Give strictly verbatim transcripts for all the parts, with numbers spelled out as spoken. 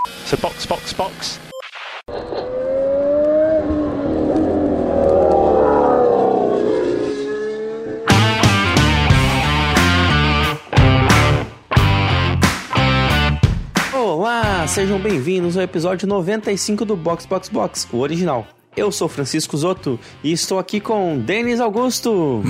So box, box, box. Olá, sejam bem-vindos ao episódio noventa e cinco do Box, Box, Box, o original. Eu sou Francisco Zotto e estou aqui com Denis Augusto.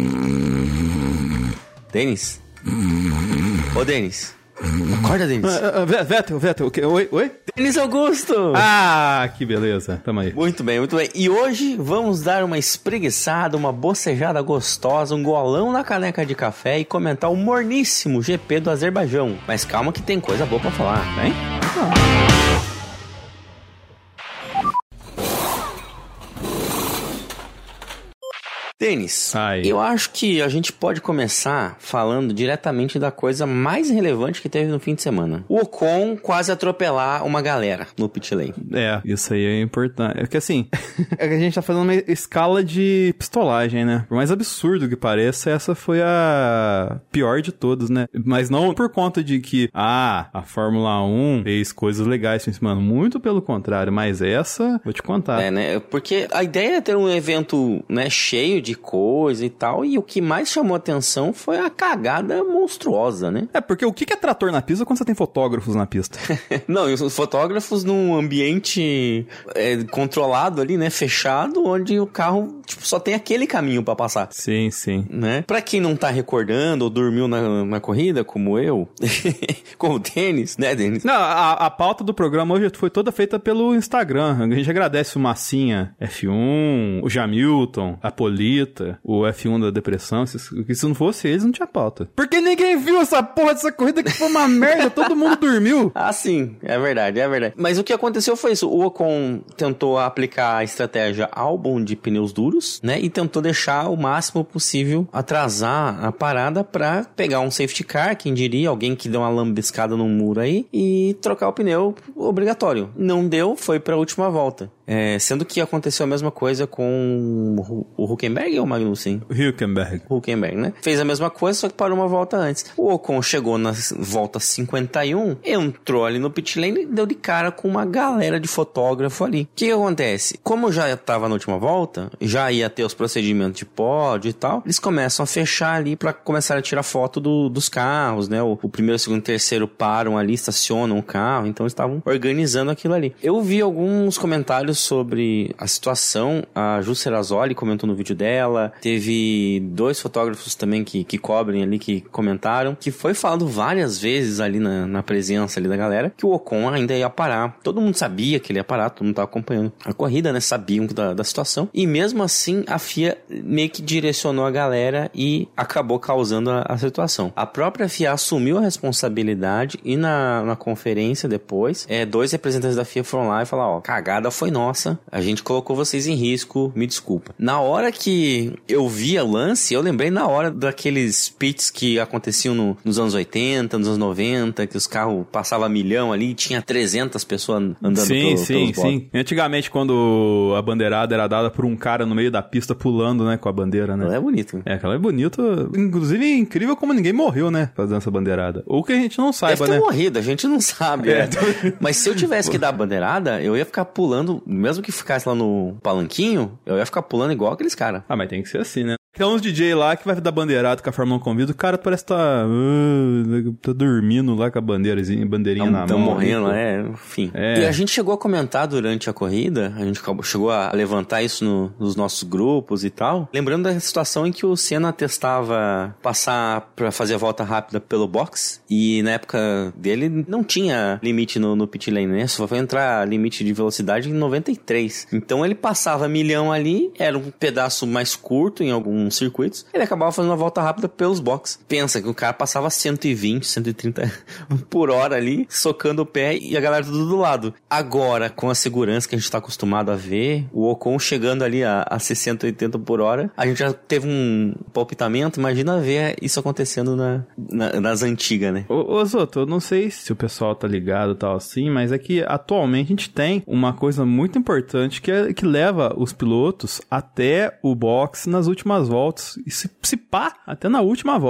Denis? Ô, Denis. Acorda, Denis. Uh, uh, Vettel, Vettel, o quê? Oi, oi? Denis Augusto. Ah, que beleza. Tamo aí. Muito bem, muito bem. E hoje vamos dar uma espreguiçada, uma bocejada gostosa, um golão na caneca de café e comentar o morníssimo G P do Azerbaijão. Mas calma que tem coisa boa pra falar, hein? Ah. Denis, Ai. eu acho que a gente pode começar falando diretamente da coisa mais relevante que teve no fim de semana. O Ocon quase atropelar uma galera no pit lane. É, isso aí é importante. É que assim, é que a gente tá fazendo uma escala de pistolagem, né? Por mais absurdo que pareça, essa foi a pior de todas, né? Mas não por conta de que, ah, a Fórmula um fez coisas legais esse fim de semana. Muito pelo contrário, mas essa, vou te contar. É, né? Porque a ideia é ter um evento, né, cheio de coisa e tal, e o que mais chamou atenção foi a cagada monstruosa, né? É, porque o que é trator na pista quando você tem fotógrafos na pista? Não, e os fotógrafos num ambiente é, controlado ali, né, fechado, onde o carro, tipo, só tem aquele caminho pra passar. Sim, sim. Né? Pra quem não tá recordando ou dormiu na, na corrida, como eu, como o Denis, né, Denis? Não, a, a pauta do programa hoje foi toda feita pelo Instagram. A gente agradece o Massinha F um, o Jamilton, a Poli, o F um da depressão, se, se não fosse eles, não tinha pauta. Porque ninguém viu essa porra dessa corrida que foi uma merda, todo mundo dormiu. Ah, sim, é verdade, é verdade. Mas o que aconteceu foi isso, o Ocon tentou aplicar a estratégia álbum de pneus duros, né, e tentou deixar o máximo possível atrasar a parada pra pegar um safety car, quem diria, alguém que deu uma lambiscada num muro aí, e trocar o pneu obrigatório. Não deu, foi pra última volta. É, sendo que aconteceu a mesma coisa com o Hülkenberg ou o Magnussen? Hülkenberg. Hülkenberg, né? Fez a mesma coisa, só que parou uma volta antes. O Ocon chegou na volta cinquenta e um, entrou ali no pit lane e deu de cara com uma galera de fotógrafo ali. O que, que acontece? Como já estava na última volta, já ia ter os procedimentos de pódio e tal, eles começam a fechar ali para começar a tirar foto do, dos carros, né? O, o primeiro, segundo e terceiro param ali, estacionam o carro, então eles estavam organizando aquilo ali. Eu vi alguns comentários sobre a situação, a Ju Serrazoli comentou no vídeo dela, teve dois fotógrafos também que, que cobrem ali, que comentaram, que foi falado várias vezes ali na, na presença ali da galera, que o Ocon ainda ia parar. Todo mundo sabia que ele ia parar, todo mundo estava acompanhando a corrida, né, sabiam da, da situação, e mesmo assim a F I A meio que direcionou a galera e acabou causando a, a situação. A própria F I A assumiu a responsabilidade e na, na conferência depois, é, dois representantes da F I A foram lá e falaram, ó, cagada foi nossa, a gente colocou vocês em risco, me desculpa. Na hora que eu vi o lance, eu lembrei na hora daqueles pits que aconteciam no, nos anos oitenta, nos anos noventa, que os carros passavam a milhão ali e tinha trezentas pessoas andando sim, pelo, sim, pelos blocos. Sim. Antigamente, quando a bandeirada era dada por um cara no meio da pista pulando, né, com a bandeira, né? Ela é bonita. É, aquela é bonita. Inclusive, é incrível como ninguém morreu, né, fazendo essa bandeirada. Ou que a gente não saiba, Deve ter né? morrido, a gente não sabe. É. É. Mas se eu tivesse que dar a bandeirada, eu ia ficar pulando, mesmo que ficasse lá no palanquinho, eu ia ficar pulando igual aqueles caras. Ah, mas tem que ser assim, né? Tem uns D J lá que vai dar bandeirado com a Fórmula um convida, o cara parece que tá, uh, tá dormindo lá com a bandeirazinha, bandeirinha Tão, na tão mão. morrendo, ali, é, enfim. É. E a gente chegou a comentar durante a corrida, a gente chegou a levantar isso no, nos nossos grupos e tal, lembrando da situação em que o Senna testava passar pra fazer a volta rápida pelo box, e na época dele não tinha limite no, no pit lane, né? Só foi entrar limite de velocidade em noventa e três. Então ele passava milhão ali, era um pedaço mais curto em algum circuitos, ele acabava fazendo uma volta rápida pelos boxes. Pensa que o cara passava cento e vinte, cento e trinta por hora ali, socando o pé e a galera tudo do lado. Agora, com a segurança que a gente tá acostumado a ver, o Ocon chegando ali a, a sessenta, oitenta por hora, a gente já teve um palpitamento, imagina ver isso acontecendo na, na, nas antigas, né? Ô, ô Zoto, eu não sei se o pessoal tá ligado e tal assim, mas é que atualmente a gente tem uma coisa muito importante que, é, que leva os pilotos até o box nas últimas voltas, e se, se pá, até na última volta,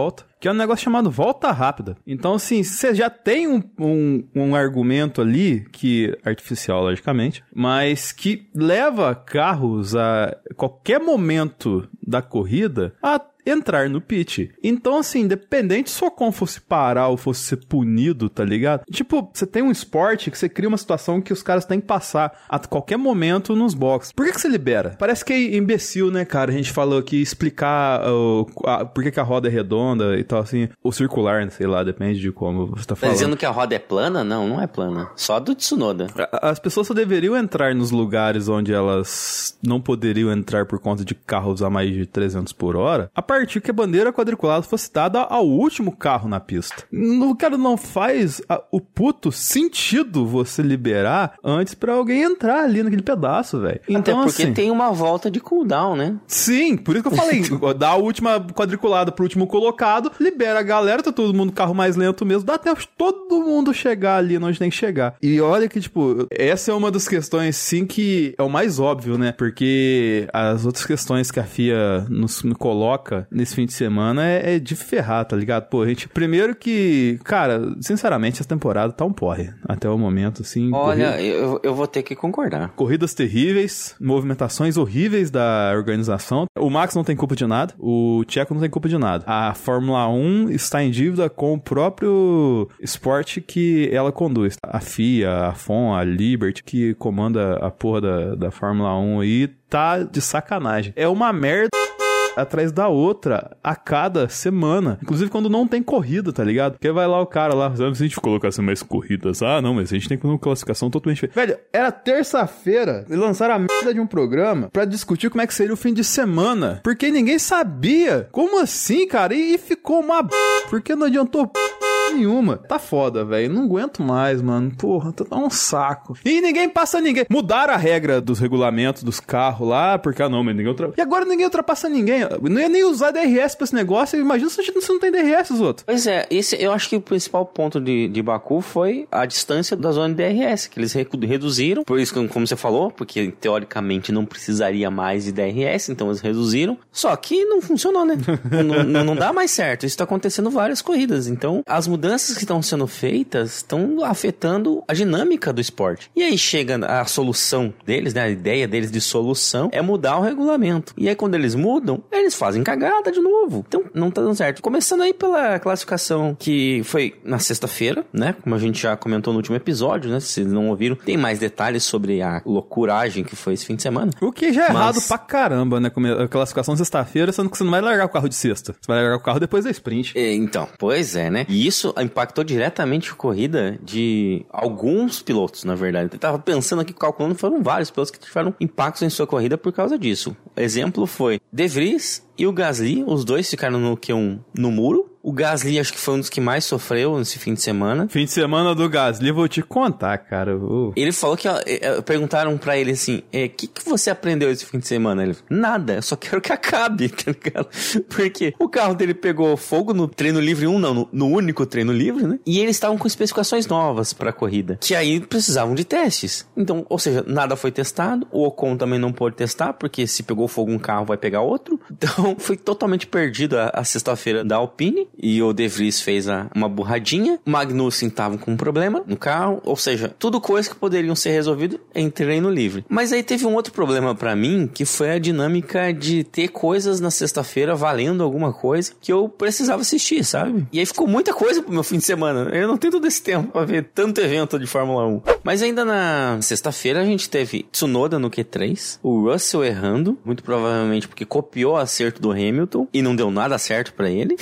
que é um negócio chamado volta rápida. Então, assim, você já tem um, um, um argumento ali, que artificial, logicamente, mas que leva carros a qualquer momento da corrida a entrar no pit. Então, assim, independente se o Ocon fosse parar ou fosse ser punido, tá ligado? Tipo, você tem um esporte que você cria uma situação que os caras têm que passar a qualquer momento nos boxes. Por que que você libera? Parece que é imbecil, né, cara? A gente falou aqui explicar uh, a, por que que a roda é redonda e tal, assim, ou circular, sei lá, depende de como você tá falando. Tá dizendo que a roda é plana? Não, não é plana. Só do Tsunoda. As pessoas só deveriam entrar nos lugares onde elas não poderiam entrar por conta de carros a mais de trezentos por hora, a partir que a bandeira quadriculada fosse dada ao último carro na pista. O cara não faz a, o puto sentido você liberar antes pra alguém entrar ali naquele pedaço, velho. Então, até porque assim, tem uma volta de cooldown, né? Sim, por isso que eu falei, dá a última quadriculada pro último colocado, libera a galera, tá todo mundo carro mais lento mesmo, dá até todo mundo chegar ali onde tem que chegar. E olha que, tipo, essa é uma das questões, sim, que é o mais óbvio, né? Porque as outras questões que a F I A nos, nos coloca nesse fim de semana é, é de ferrar, tá ligado? Pô, gente, primeiro que, cara, sinceramente, essa temporada tá um porre. Até o momento, assim. Olha, corrida... eu, eu vou ter que concordar. Corridas terríveis, movimentações horríveis da organização. O Max não tem culpa de nada, o Checo não tem culpa de nada. A Fórmula um está em dívida com o próprio esporte que ela conduz. A F I A, a F O N, a Liberty, que comanda a porra da, da Fórmula um aí, tá de sacanagem. É uma merda atrás da outra a cada semana. Inclusive quando não tem corrida, tá ligado? Porque vai lá o cara lá, se a gente colocasse mais corridas, ah, não, mas a gente tem uma classificação totalmente diferente. Velho, era terça-feira e lançaram a merda de um programa pra discutir como é que seria o fim de semana. Porque ninguém sabia. Como assim, cara? E, e ficou uma b... Porque não adiantou p... nenhuma. Tá foda, velho. Não aguento mais, mano. Porra, tá um saco. E ninguém passa ninguém. Mudaram a regra dos regulamentos dos carros lá, porque, ah, não, mas ninguém ultrapassa. E agora ninguém ultrapassa ninguém. Não ia nem usar D R S pra esse negócio. Imagina se você não tem D R S, os outros. Pois é, esse, eu acho que o principal ponto de, de Baku foi a distância da zona de D R S, que eles reduziram. Por isso, como você falou, porque teoricamente não precisaria mais de D R S, então eles reduziram. Só que não funcionou, né? não, não, não dá mais certo. Isso tá acontecendo em várias corridas. Então, as mudanças que estão sendo feitas estão afetando a dinâmica do esporte. E aí chega a solução deles, né? A ideia deles de solução é mudar o regulamento. E aí quando eles mudam, eles fazem cagada de novo. Então não tá dando certo. Começando aí pela classificação que foi na sexta-feira, né? Como a gente já comentou no último episódio, né? Se vocês não ouviram, tem mais detalhes sobre a loucuragem que foi esse fim de semana. O que já é Mas... errado pra caramba, né? A classificação sexta-feira, sendo que você não vai largar o carro de sexta. Você vai largar o carro depois da sprint. É, então, pois é, né? E isso impactou diretamente a corrida de alguns pilotos, na verdade. Eu tava pensando aqui, calculando, foram vários pilotos que tiveram impactos em sua corrida por causa disso. Exemplo foi De Vries e o Gasly, os dois ficaram no Q um no muro. O Gasly acho que foi um dos que mais sofreu nesse fim de semana. Fim de semana do Gasly, vou te contar, cara. Uh. Ele falou que, ó, perguntaram pra ele assim, o é, que, que você aprendeu esse fim de semana? Ele falou, nada, eu só quero que acabe, tá ligado? Porque o carro dele pegou fogo no treino livre um, não, no, no único treino livre, né? E eles estavam com especificações novas pra corrida, que aí precisavam de testes. Então, ou seja, nada foi testado, o Ocon também não pôde testar, porque se pegou fogo um carro, vai pegar outro. Então, foi totalmente perdido a, a sexta-feira da Alpine. E o De Vries fez a, uma burradinha. O Magnussen tava com um problema no carro. Ou seja, tudo coisas que poderiam ser resolvidas em treino livre. Mas aí teve um outro problema pra mim, que foi a dinâmica de ter coisas na sexta-feira valendo alguma coisa que eu precisava assistir, sabe? E aí ficou muita coisa pro meu fim de semana. Eu não tenho todo esse tempo pra ver tanto evento de Fórmula um. Mas ainda na sexta-feira a gente teve Tsunoda no Q três, o Russell errando, muito provavelmente porque copiou o acerto do Hamilton e não deu nada certo pra ele.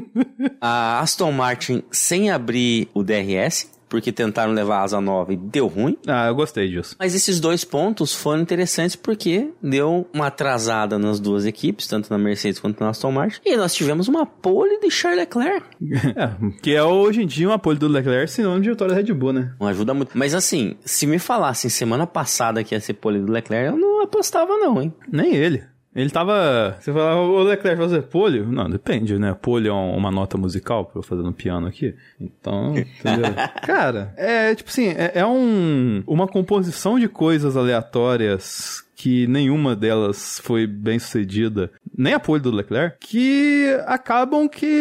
A Aston Martin sem abrir o D R S, porque tentaram levar a asa nova e deu ruim. Ah, eu gostei disso. Mas esses dois pontos foram interessantes porque deu uma atrasada nas duas equipes, tanto na Mercedes quanto na Aston Martin. E nós tivemos uma pole de Charles Leclerc. É, que é hoje em dia uma pole do Leclerc, sinônimo de vitória da Red Bull, né? Não ajuda muito. Mas assim, se me falassem semana passada que ia ser pole do Leclerc, eu não apostava não, hein? Nem ele. Ele tava... Você falava, o Leclerc vai fazer pole? Não, depende, né? Pole é um, uma nota musical pra eu fazer no piano aqui. Então, entendeu? Cara, é tipo assim, é, é um, uma composição de coisas aleatórias que nenhuma delas foi bem sucedida, nem a pole do Leclerc, que acabam que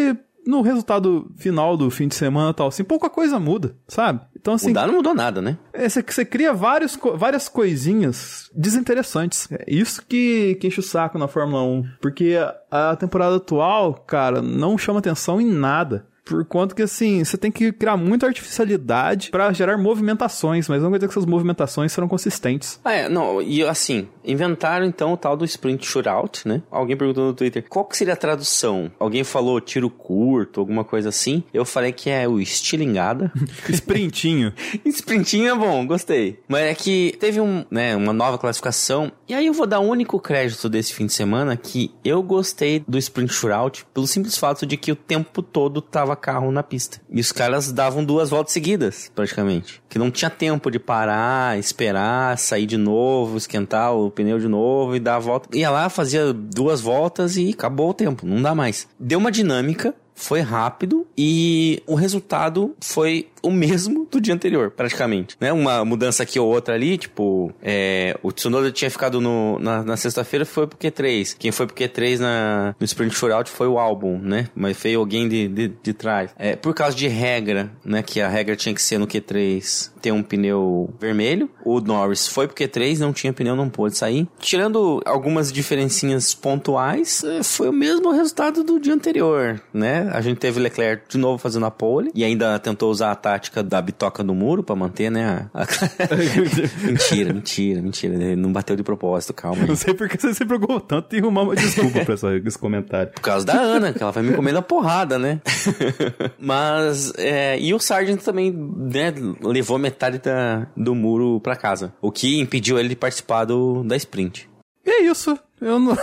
no resultado final do fim de semana e tal, assim, pouca coisa muda, sabe? Então, assim... Mudar não mudou nada, né? É, você, você cria vários, várias coisinhas desinteressantes. É isso que, que enche o saco na Fórmula um. Porque a, a temporada atual, cara, não chama atenção em nada. Por conta que, assim, você tem que criar muita artificialidade pra gerar movimentações, mas não quer dizer que essas movimentações serão consistentes. Ah, é, não, e assim, inventaram então o tal do sprint shootout, né? Alguém perguntou no Twitter, qual que seria a tradução? Alguém falou tiro curto, alguma coisa assim. Eu falei que é o estilingada. Sprintinho. Sprintinho é bom, gostei. Mas é que teve um, né, uma nova classificação, e aí eu vou dar o único crédito desse fim de semana que eu gostei do sprint shootout pelo simples fato de que o tempo todo tava carro na pista. E os caras davam duas voltas seguidas, praticamente. Que não tinha tempo de parar, esperar, sair de novo, esquentar o pneu de novo e dar a volta. Ia lá, fazia duas voltas e acabou o tempo. Não dá mais. Deu uma dinâmica, foi rápido e o resultado foi o mesmo do dia anterior, praticamente, né? Uma mudança aqui ou outra ali, tipo, é, o Tsunoda tinha ficado no, na, na sexta-feira, foi pro Q três. Quem foi pro Q três na, no Sprint Shootout foi o Albon, né? Mas veio alguém de, de, de trás. É, por causa de regra, né? Que a regra tinha que ser no Q três ter um pneu vermelho. O Norris foi pro Q três, não tinha pneu, não pôde sair. Tirando algumas diferencinhas pontuais, foi o mesmo resultado do dia anterior, né? A gente teve Leclerc de novo fazendo a pole e ainda tentou usar a tática da bitoca no muro pra manter, né? A... mentira, mentira, mentira. Ele não bateu de propósito, calma aí. Não sei porque você se preocupou tanto em arrumar uma desculpa pra essa, esse comentário. Por causa da Ana, que ela vai me comendo a porrada, né? Mas, é, e o Sargent também, né, levou metade da, do muro pra casa, o que impediu ele de participar do, da sprint. E é isso. Eu não...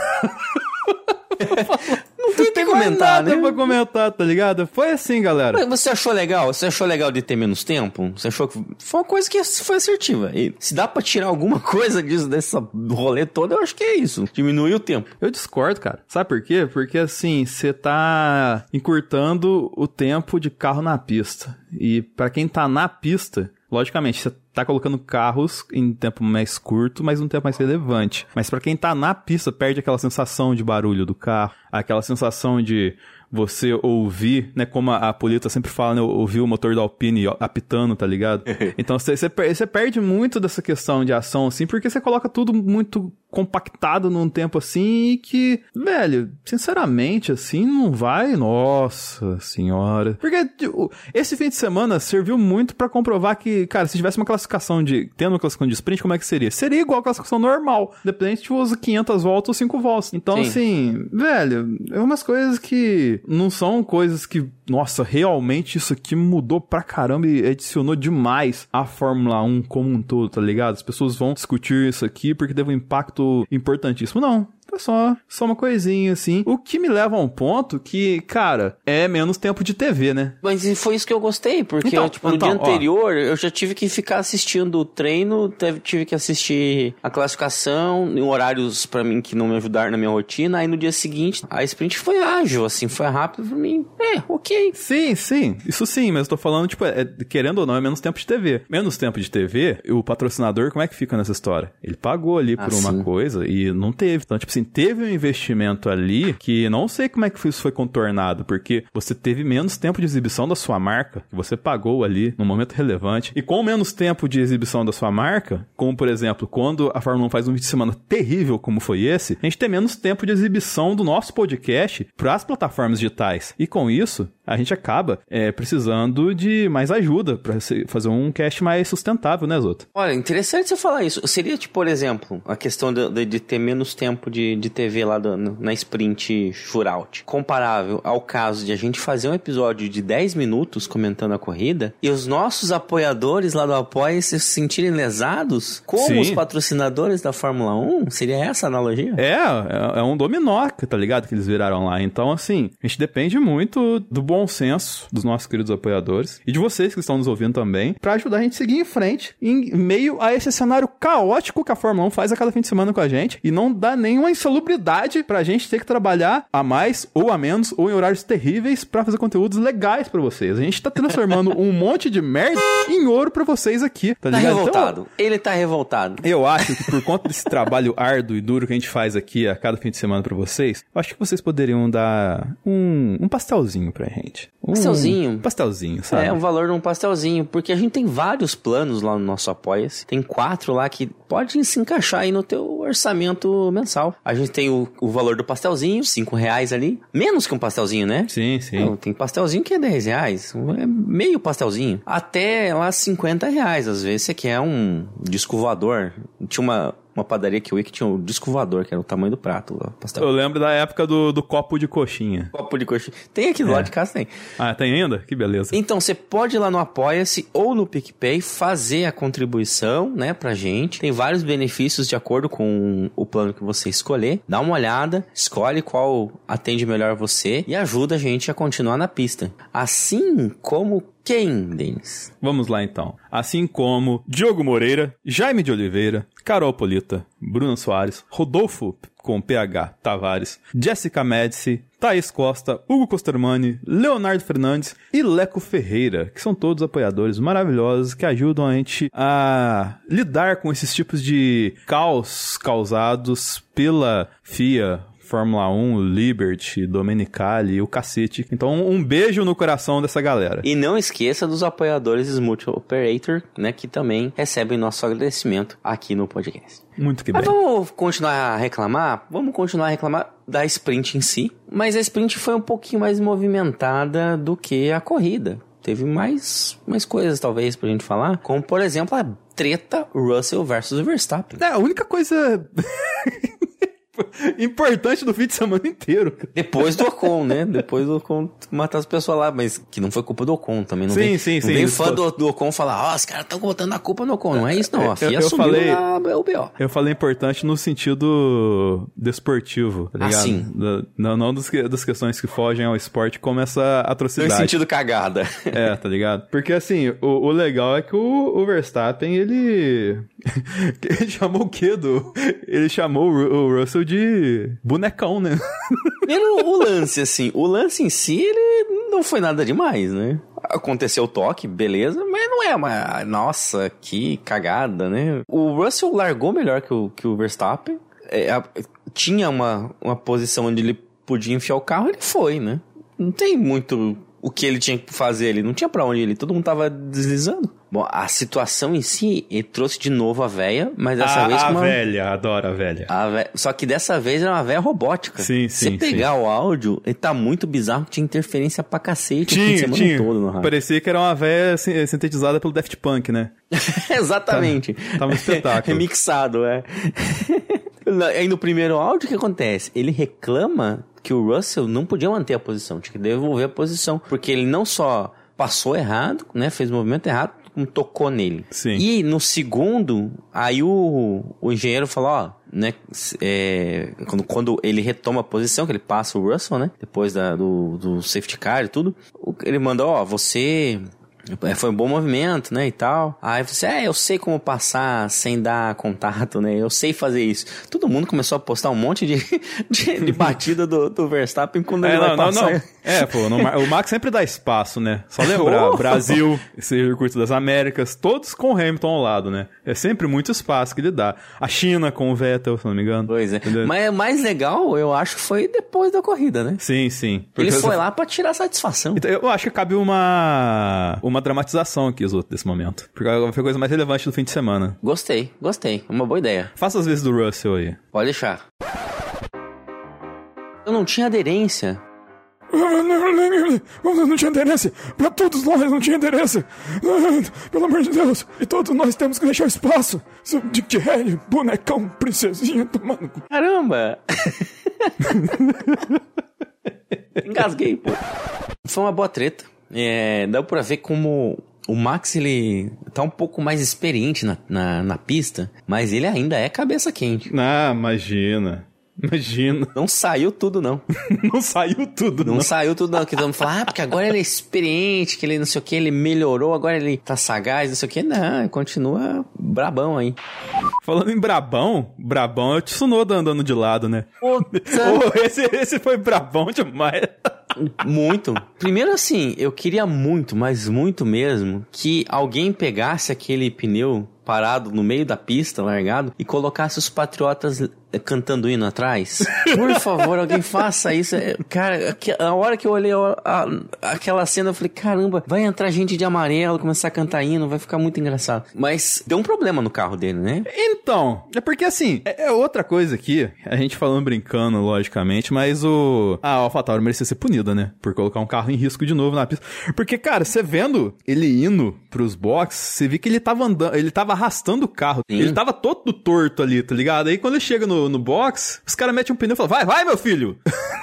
Não tem o que comentar, nada né? pra comentar, tá ligado? Foi assim, galera. Mas você achou legal? Você achou legal de ter menos tempo? Você achou que foi uma coisa que foi assertiva? E se dá pra tirar alguma coisa disso, dessa rolê toda, eu acho que é isso. Diminuir o tempo. Eu discordo, cara. Sabe por quê? Porque, assim, você tá encurtando o tempo de carro na pista. E pra quem tá na pista... Logicamente, você tá colocando carros em tempo mais curto, mas um tempo mais relevante. Mas pra quem tá na pista, perde aquela sensação de barulho do carro, aquela sensação de você ouvir, né, como a, a Polita sempre fala, né, ouvir o motor da Alpine apitando, tá ligado? Então você, você, você perde muito dessa questão de ação, assim, porque você coloca tudo muito compactado num tempo assim e que, velho, sinceramente, assim, não vai, nossa senhora. Porque tipo, esse fim de semana serviu muito pra comprovar que, cara, se tivesse uma classificação de, tendo uma classificação de sprint, como é que seria? Seria igual a classificação normal, dependente de usa quinhentas voltas ou cinco voltas. Então, sim, assim, velho, é umas coisas que não são coisas que, nossa, realmente isso aqui mudou pra caramba e adicionou demais a Fórmula um como um todo, tá ligado? As pessoas vão discutir isso aqui porque teve um impacto importantíssimo. Não. Foi só, só uma coisinha, assim. O que me leva a um ponto que, cara, é menos tempo de T V, né? Mas foi isso que eu gostei, porque então, eu, tipo, no então, dia anterior, ó, eu já tive que ficar assistindo o treino, teve, tive que assistir a classificação, em horários pra mim que não me ajudaram na minha rotina, aí no dia seguinte, a sprint foi ágil, assim, foi rápido pra mim. É, ok. Sim, sim. Isso sim, mas eu tô falando, tipo, é, querendo ou não, é menos tempo de T V. Menos tempo de T V, o patrocinador, como é que fica nessa história? Ele pagou ali por ah, uma sim. coisa e não teve. Então, tipo assim, teve um investimento ali que não sei como é que isso foi contornado, porque você teve menos tempo de exibição da sua marca, que você pagou ali no momento relevante, e com menos tempo de exibição da sua marca, como por exemplo, quando a Fórmula um faz um fim de semana terrível como foi esse, a gente tem menos tempo de exibição do nosso podcast para as plataformas digitais. E com isso, a gente acaba é, precisando de mais ajuda para fazer um cast mais sustentável, né, Zoto? Olha, interessante você falar isso. Seria, tipo, por exemplo, a questão de, de, de ter menos tempo de, de T V lá do, na sprint shootout, comparável ao caso de a gente fazer um episódio de dez minutos comentando a corrida e os nossos apoiadores lá do Apoia se sentirem lesados como Sim. os patrocinadores da Fórmula um? Seria essa a analogia? É, é, é um dominó, tá ligado? Que eles viraram lá. Então, assim, a gente depende muito do bom senso dos nossos queridos apoiadores e de vocês que estão nos ouvindo também, pra ajudar a gente a seguir em frente em meio a esse cenário caótico que a Fórmula um faz a cada fim de semana com a gente e não dá nenhuma insalubridade pra gente ter que trabalhar a mais ou a menos ou em horários terríveis pra fazer conteúdos legais pra vocês. A gente tá transformando um monte de merda em ouro pra vocês aqui, tá ligado? Tá revoltado. Então, ele tá revoltado. Eu acho que por conta desse trabalho árduo e duro que a gente faz aqui a cada fim de semana pra vocês, eu acho que vocês poderiam dar um, um pastelzinho pra gente. gente? Um pastelzinho. Pastelzinho, sabe? É, o valor de um pastelzinho, porque a gente tem vários planos lá no nosso Apoia-se. Tem quatro lá que pode se encaixar aí no teu orçamento mensal. A gente tem o, o valor do pastelzinho, cinco reais ali. Menos que um pastelzinho, né? Sim, sim. Não, tem pastelzinho que é dez reais. É meio pastelzinho. Até lá cinquenta reais. Às vezes você quer um disco voador. Tinha uma... Uma padaria que eu ia que tinha um disco voador, que era o tamanho do prato. O pastel. Eu lembro da época do, do copo de coxinha. Copo de coxinha. Tem aqui do é. lado de casa, tem. Ah, tem ainda? Que beleza. Então, você pode ir lá no Apoia-se ou no PicPay fazer a contribuição, né, pra gente. Tem vários benefícios de acordo com o plano que você escolher. Dá uma olhada, escolhe qual atende melhor você e ajuda a gente a continuar na pista. Assim como... Quem, Denis? Vamos lá, então. Assim como Diogo Moreira, Jaime de Oliveira, Carol Polita, Bruno Soares, Rodolfo, com P H, Tavares, Jéssica Médici, Thaís Costa, Hugo Costermani, Leonardo Fernandes e Leco Ferreira, que são todos apoiadores maravilhosos que ajudam a gente a lidar com esses tipos de caos causados pela F I A, Fórmula um, Liberty, Domenicali e o cacete. Então, um beijo no coração dessa galera. E não esqueça dos apoiadores Smooth Operator, né, que também recebem nosso agradecimento aqui no podcast. Muito que Mas bem. vamos continuar a reclamar? Vamos continuar a reclamar da sprint em si, mas a sprint foi um pouquinho mais movimentada do que a corrida. Teve mais, mais coisas, talvez, pra gente falar, como, por exemplo, a treta Russell versus Verstappen. É, a única coisa... importante do fim de semana inteiro. Depois do Ocon, né? Depois do Ocon matar as pessoas lá, mas que não foi culpa do Ocon também. Não sim, vem, sim, não sim. vem fã do, do Ocon falar, ó, oh, os caras estão botando a culpa no Ocon. Não é isso, não. A F I A eu, eu assumiu falei, a, o B O. Eu falei importante no sentido desportivo, tá ligado? Ah, sim. Da, não não das, das questões que fogem ao esporte como essa atrocidade. No sentido cagada. É, tá ligado? Porque assim, o, o legal é que o, o Verstappen, ele... ele chamou o quê? Do... Ele chamou o, o Russell de bonecão, né? Primeiro, o lance, assim, o lance em si, ele não foi nada demais, né? Aconteceu o toque, beleza, mas não é uma... Nossa, que cagada, né? O Russell largou melhor que o, que o Verstappen. É, a, tinha uma, uma posição onde ele podia enfiar o carro, ele foi, né? Não tem muito o que ele tinha que fazer ali, não tinha pra onde ele, todo mundo tava deslizando. Bom, a situação em si, ele trouxe de novo a véia, mas dessa a, vez... A uma... velha, adoro a velha. A véia. Só que dessa vez era uma véia robótica. Sim, Se sim, você pegar sim. o áudio, ele tá muito bizarro, tinha interferência pra cacete. Tinha, tinha. Todo no rádio. Parecia que era uma véia sintetizada pelo Daft Punk, né? Exatamente. Tá, tá um espetáculo. Remixado, é. Aí no primeiro áudio, o que acontece? Ele reclama que o Russell não podia manter a posição, tinha que devolver a posição, porque ele não só passou errado, né, fez o movimento errado, como tocou nele. Sim. E no segundo, aí o, o engenheiro falou, ó, né, é, quando, quando ele retoma a posição, que ele passa o Russell, né, depois da, do, do safety car e tudo, ele manda, ó, você... Foi um bom movimento, né, e tal. Aí você, é, eu sei como passar sem dar contato, né, eu sei fazer isso. Todo mundo começou a postar um monte de, de, de batida do, do Verstappen quando é, ele não, vai passar. Não, não. É, pô, no, o Max sempre dá espaço, né? Só lembrar, Oh! Brasil, esse circuito das Américas, todos com o Hamilton ao lado, né? É sempre muito espaço que ele dá. A China com o Vettel, se não me engano. Pois é. Entendeu? Mas o mais legal, eu acho, foi depois da corrida, né? Sim, sim. Ele Porque foi eu... lá pra tirar satisfação. Então, eu acho que cabe uma uma dramatização aqui, Zoto, desse momento. Porque foi a coisa mais relevante do fim de semana. Gostei, gostei. Uma boa ideia. Faça as vezes do Russell aí. Pode deixar. Eu não tinha aderência. Não tinha aderência. Pra todos nós não tinha aderência. Pelo amor de Deus. E todos nós temos que deixar espaço. Seu Dick de Harry, bonecão, princesinha, tomando... Caramba! Engasguei, pô. Foi uma boa treta. É, dá pra ver como o Max, ele tá um pouco mais experiente na, na, na pista, mas ele ainda é cabeça quente. Ah, imagina. Imagina. Não saiu tudo, não. Não saiu tudo, não. Não saiu tudo, não. Que vamos falar, ah, porque agora ele é experiente, que ele não sei o que, ele melhorou, agora ele tá sagaz, não sei o que. Não, ele continua brabão aí. Falando em brabão, brabão é o Tsunoda andando de lado, né? Puta. Oh, esse, esse foi brabão demais. Muito. Primeiro assim, eu queria muito, mas muito mesmo, que alguém pegasse aquele pneu parado no meio da pista, largado, e colocasse os patriotas cantando hino atrás? Por favor, alguém faça isso. Cara, a hora que eu olhei a, a, aquela cena, eu falei, caramba, vai entrar gente de amarelo, começar a cantar hino, vai ficar muito engraçado. Mas deu um problema no carro dele, né? Então, é porque assim, é, é outra coisa aqui, a gente falando brincando, logicamente, mas o... a AlphaTauri merecia ser punida, né? Por colocar um carro em risco de novo na pista. Porque, cara, você vendo ele indo pros boxes, você viu que ele tava andando, ele tava arrastando o carro. Sim. Ele tava todo torto ali, tá ligado? Aí quando ele chega no, no box, os caras metem um pneu e falam, vai, vai, meu filho!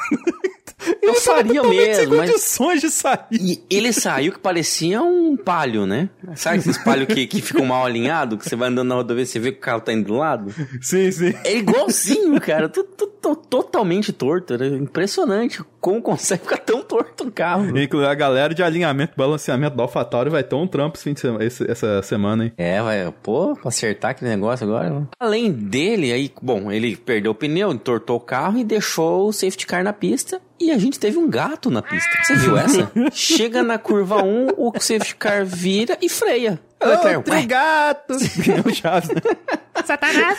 Eu faria mesmo, mas... condições de sair. E ele saiu que parecia um palio, né? Sabe esses palio que, que ficam mal alinhados? Que você vai andando na rodovia e você vê que o carro tá indo do lado? Sim, sim. É igualzinho, cara. Tô, tô, tô totalmente torto. Era impressionante como consegue ficar tão torto o carro. Inclusive a galera de alinhamento e balanceamento da AlphaTauri vai ter um trampo esse fim de semana, esse, essa semana, hein? É, vai, pô, pra acertar aquele negócio agora. Além dele, aí, bom, ele perdeu o pneu, entortou o carro e deixou o safety car na pista. E a gente teve um gato na pista. Você viu essa? Chega na curva um, o safety car vira e freia. Outro gato! Não, Chaves, né? Satanás!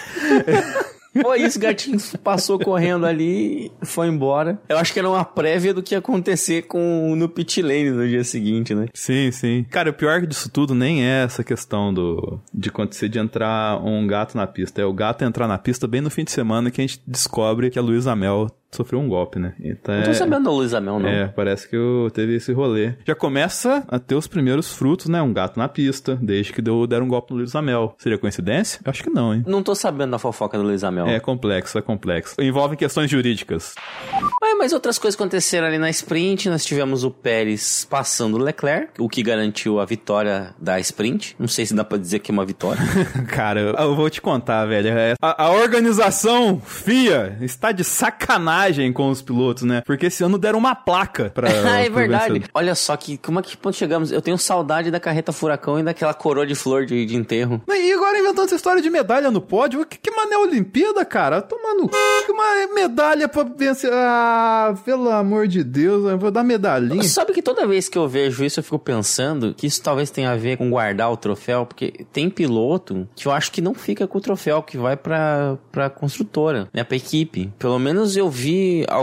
Foi isso, o gatinho passou correndo ali, foi embora. Eu acho que era uma prévia do que ia acontecer com, no pit lane no dia seguinte, né? Sim, sim. Cara, o pior disso tudo nem é essa questão do, de acontecer de entrar um gato na pista. É o gato entrar na pista bem no fim de semana que a gente descobre que a Luísa Mel sofreu um golpe, né? Então, não tô sabendo da Luísa Mel, não. É, parece que eu teve esse rolê. Já começa a ter os primeiros frutos, né? Um gato na pista, desde que deu, deram um golpe no Luísa Mel. Seria coincidência? Eu acho que não, hein? Não tô sabendo da fofoca da Luísa Mel. É complexo, é complexo. Envolve questões jurídicas. Mas, mas outras coisas aconteceram ali na sprint. Nós tivemos o Pérez passando o Leclerc, o que garantiu a vitória da sprint. Não sei se dá pra dizer que é uma vitória. Cara, eu vou te contar, velho. A, a organização F I A está de sacanagem com os pilotos, né? Porque esse ano deram uma placa pra... Ah, é verdade. Vencedor. Olha só, que, como é que ponto chegamos? Eu tenho saudade da carreta furacão e daquela coroa de flor de, de enterro. E agora inventando essa história de medalha no pódio? Que, que mané Olimpíada, cara? Tomando... Que uma medalha pra vencer... Ah, pelo amor de Deus, eu vou dar medalhinha. Sabe que toda vez que eu vejo isso, eu fico pensando que isso talvez tenha a ver com guardar o troféu, porque tem piloto que eu acho que não fica com o troféu, que vai pra, pra construtora, né? Pra equipe. Pelo menos eu vi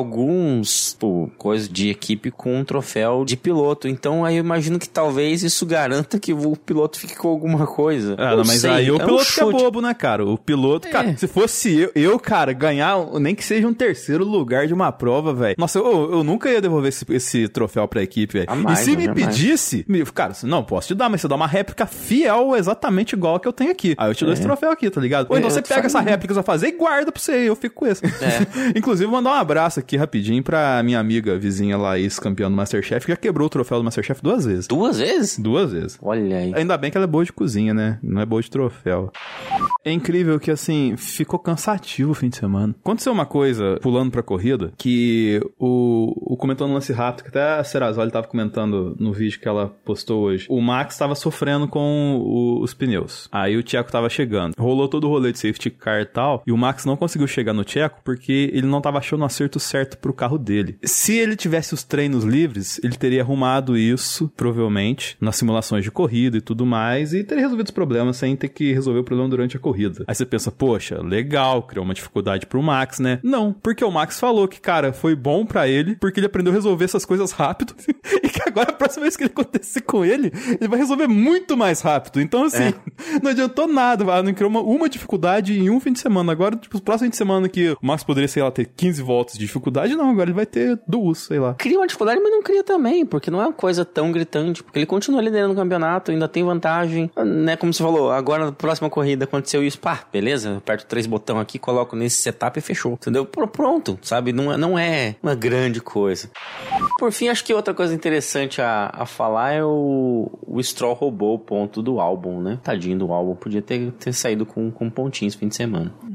alguns, pô, coisas de equipe com um troféu de piloto. Então aí eu imagino que talvez isso garanta que o piloto fique com alguma coisa. Ah, não, mas sei, aí o é piloto um que é bobo, né, cara? O piloto, é. Cara, se fosse eu, eu, cara, ganhar nem que seja um terceiro lugar de uma prova, velho. Nossa, eu, eu nunca ia devolver esse, esse troféu pra equipe, velho. E se me jamais. pedisse, me, cara, não, posso te dar, mas você dá uma réplica fiel, exatamente igual a que eu tenho aqui. Aí eu te dou é. esse troféu aqui, tá ligado? Ou então é, você pega essa réplica que você vai fazer e guarda pra você, e eu fico com esse. É. Inclusive, mandar um abraço aqui rapidinho pra minha amiga vizinha Laís, campeã do Masterchef, que já quebrou o troféu do Masterchef duas vezes. Duas vezes? Duas vezes. Olha aí. Ainda bem que ela é boa de cozinha, né? Não é boa de troféu. É incrível que, assim, ficou cansativo o fim de semana. Aconteceu uma coisa, pulando pra corrida, que o, o comentando no lance rápido, que até a Serrazoli tava comentando no vídeo que ela postou hoje, o Max tava sofrendo com o, os pneus. Aí o Tcheco tava chegando. Rolou todo o rolê de safety car e tal, e o Max não conseguiu chegar no Tcheco porque ele não tava achando o acerto certo pro carro dele. Se ele tivesse os treinos livres, ele teria arrumado isso, provavelmente, nas simulações de corrida e tudo mais, e teria resolvido os problemas sem ter que resolver o problema durante a corrida. Aí você pensa, poxa, legal, criou uma dificuldade pro Max, né? Não, porque o Max falou que, cara, foi bom pra ele, porque ele aprendeu a resolver essas coisas rápido, e que agora a próxima vez que ele acontecer com ele, ele vai resolver muito mais rápido. Então, assim, é. não adiantou nada, não criou uma, uma dificuldade em um fim de semana. Agora, tipo, o próximo fim de semana que o Max poderia, sei lá, ter quinze voltas de dificuldade, não, agora ele vai ter duas, sei lá. Cria uma dificuldade, mas não cria também, porque não é uma coisa tão gritante, porque ele continua liderando o campeonato, ainda tem vantagem, né, como você falou, agora na próxima corrida aconteceu isso, pá, beleza, aperto três botões aqui, coloco nesse setup e fechou, entendeu? Pronto, sabe, não é, não é uma grande coisa. Por fim, acho que outra coisa interessante a, a falar é o, o Stroll roubou o ponto do álbum, né, tadinho do álbum, podia ter, ter saído com, com pontinhos no fim de semana.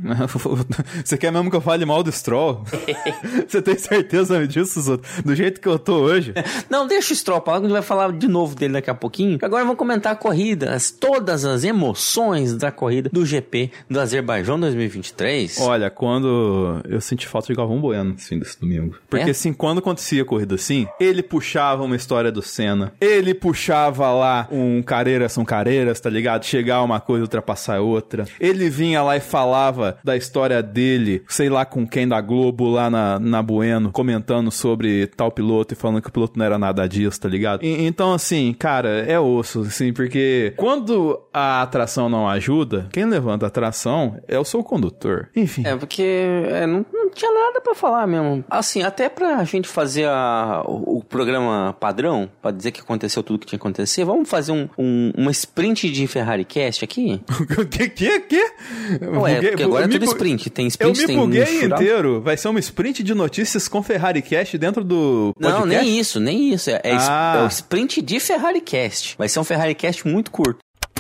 Você quer mesmo que eu fale mal do Stroll? Você tem certeza disso, Zoto? Do jeito que eu tô hoje? Não, deixa o Stroll pra lá, que a gente vai falar de novo dele daqui a pouquinho. Agora vamos comentar a corrida, as, todas as emoções da corrida do G P do Azerbaijão dois mil e vinte e três. Olha, quando eu senti falta de Galvão Bueno nesse fim desse domingo. Porque, é? assim, quando acontecia corrida assim, ele puxava uma história do Senna, ele puxava lá um Carreiras são Carreiras, tá ligado? Chegar uma coisa, ultrapassar outra. Ele vinha lá e falava da história dele, sei lá com quem da Globo lá na, na Bueno, comentando sobre tal piloto e falando que o piloto não era nada disso, tá ligado? E, então, assim, cara, é osso, assim, porque quando a atração não ajuda, quem levanta a atração é o seu condutor. Enfim. É, porque é, não, não tinha nada pra falar mesmo. Assim, até pra gente fazer a, o, o programa padrão, pra dizer que aconteceu tudo que tinha que acontecer, vamos fazer um, um, uma sprint de Ferrari Cast aqui? O que, que, que? Ué, buguei, porque agora é tudo bu... sprint. Tem sprint, eu tem... Eu me buguei inteiro. Vai ser uma sprint de notícias com Ferrari Cast dentro do podcast? Não, nem isso, nem isso. É, é, ah. é o sprint de Ferrari Cast. Vai ser um Ferrari Cast muito curto.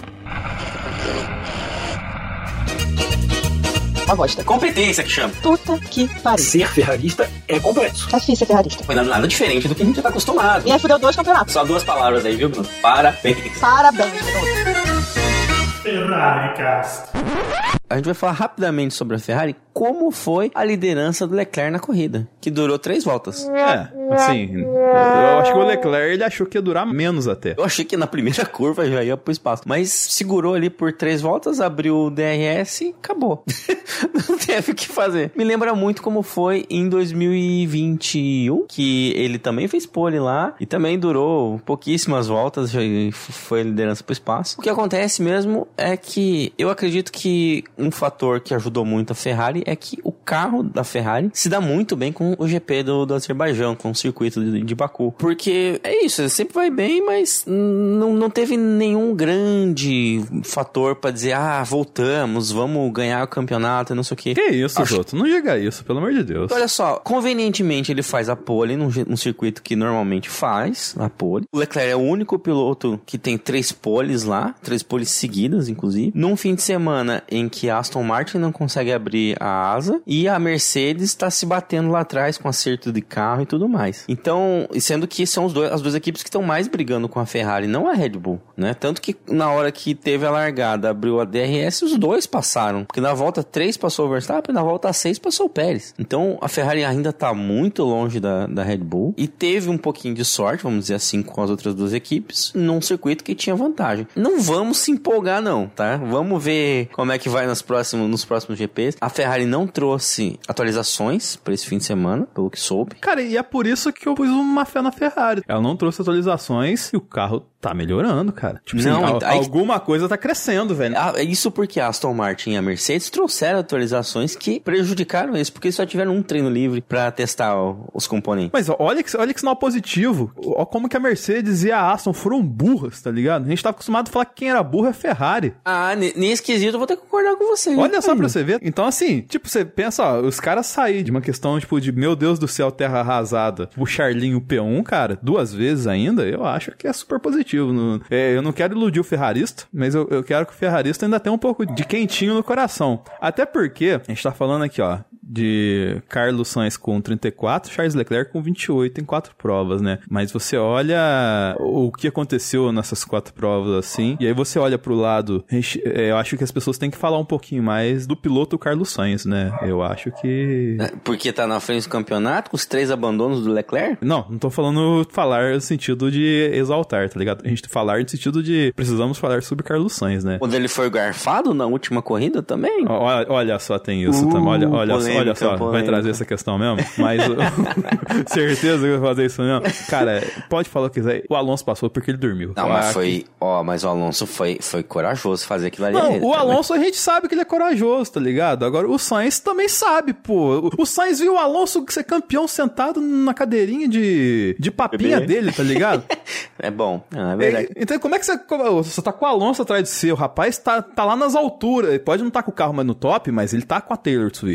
Uma bosta. Competência que chama. Puta que pariu. Ser ferrarista é complexo. É difícil ser ferrarista. Foi nada diferente do que a gente já tá acostumado. E aí fudeu dois campeonatos. Só duas palavras aí, viu, Bruno? Parabéns. Parabéns, Bruno. Ferrari Cast. A gente vai falar rapidamente sobre a Ferrari, como foi a liderança do Leclerc na corrida, que durou três voltas. É, assim, eu acho que o Leclerc, ele achou que ia durar menos até. Eu achei que na primeira curva já ia pro espaço, mas segurou ali por três voltas, abriu o D R S e acabou. Não teve o que fazer. Me lembra muito como foi em dois mil e vinte e um, que ele também fez pole lá, e também durou pouquíssimas voltas, já foi a liderança pro espaço. O que acontece mesmo é que eu acredito que um fator que ajudou muito a Ferrari é que o carro da Ferrari se dá muito bem com o G P do, do Azerbaijão, com o circuito de, de Baku. Porque é isso, ele sempre vai bem, mas não, não teve nenhum grande fator pra dizer, ah, voltamos, vamos ganhar o campeonato e não sei o quê. Que isso, Acho... Zoto? Não diga isso, pelo amor de Deus. Olha só, convenientemente ele faz a pole num, num circuito que normalmente faz a pole. O Leclerc é o único piloto que tem três poles lá, três poles seguidas, inclusive. Num fim de semana em que a Aston Martin não consegue abrir a asa e a Mercedes está se batendo lá atrás com acerto de carro e tudo mais. Então, sendo que são os dois, as duas equipes que estão mais brigando com a Ferrari, não a Red Bull, né? Tanto que na hora que teve a largada, abriu a D R S, os dois passaram. Porque na volta três passou o Verstappen, na volta seis passou o Pérez. Então, a Ferrari ainda está muito longe da, da Red Bull e teve um pouquinho de sorte, vamos dizer assim, com as outras duas equipes, num circuito que tinha vantagem. Não vamos se empolgar não, tá? Vamos ver como é que vai nas próximos, nos próximos G Ps. A Ferrari não trouxe atualizações para esse fim de semana, pelo que soube. Cara, e é por isso que eu pus uma fé na Ferrari. Ela não trouxe atualizações e o carro tá melhorando, cara. Tipo não, assim, aí, alguma coisa tá crescendo, velho. Isso porque a Aston Martin e a Mercedes trouxeram atualizações que prejudicaram isso, porque eles só tiveram um treino livre pra testar ó, os componentes. Mas ó, olha que, olha que sinal positivo. Ó, como que a Mercedes e a Aston foram burras, tá ligado? A gente tava acostumado a falar que quem era burro é Ferrari. Ah, nesse quesito eu vou ter que concordar com você. Olha só pra você ver. Então, assim, tipo, você pensa, ó, os caras saírem de uma questão, tipo, de meu Deus do céu, terra arrasada, o Charlinho P um, cara, duas vezes ainda, eu acho que é super positivo. No, é, eu não quero iludir o ferrarista, mas eu, eu quero que o ferrarista ainda tenha um pouco de quentinho no coração. Até porque, a gente tá falando aqui, ó, de Carlos Sainz com trinta e quatro, Charles Leclerc com vinte e oito em quatro provas, né? Mas você olha o que aconteceu nessas quatro provas, assim, e aí você olha pro lado, eu acho que as pessoas têm que falar um pouquinho mais do piloto Carlos Sainz, né? Eu acho que... Porque tá na frente do campeonato, com os três abandonos do Leclerc? Não, não tô falando falar no sentido de exaltar, tá ligado? A gente falar no sentido de precisamos falar sobre Carlos Sainz, né? Quando ele foi garfado na última corrida também? Olha, olha só, tem isso uh, também, olha, olha só. Olha só, polêmica. Vai trazer essa questão mesmo? Mas certeza que vai fazer isso mesmo? Cara, pode falar o que quiser. O Alonso passou porque ele dormiu. Não, mas foi... Ó, mas o Alonso foi, foi corajoso fazer aquilo ali. Não, o Alonso a gente sabe que ele é corajoso, tá ligado? Agora o Sainz também sabe, pô. O Sainz viu o Alonso ser campeão sentado na cadeirinha de, de papinha Bebê. dele, tá ligado? É bom, é verdade. É, então como é que você... Você tá com o Alonso atrás de você, o rapaz tá, tá lá nas alturas. Ele pode não tá com o carro mais no top, mas ele tá com a Taylor Swift, tá ligado?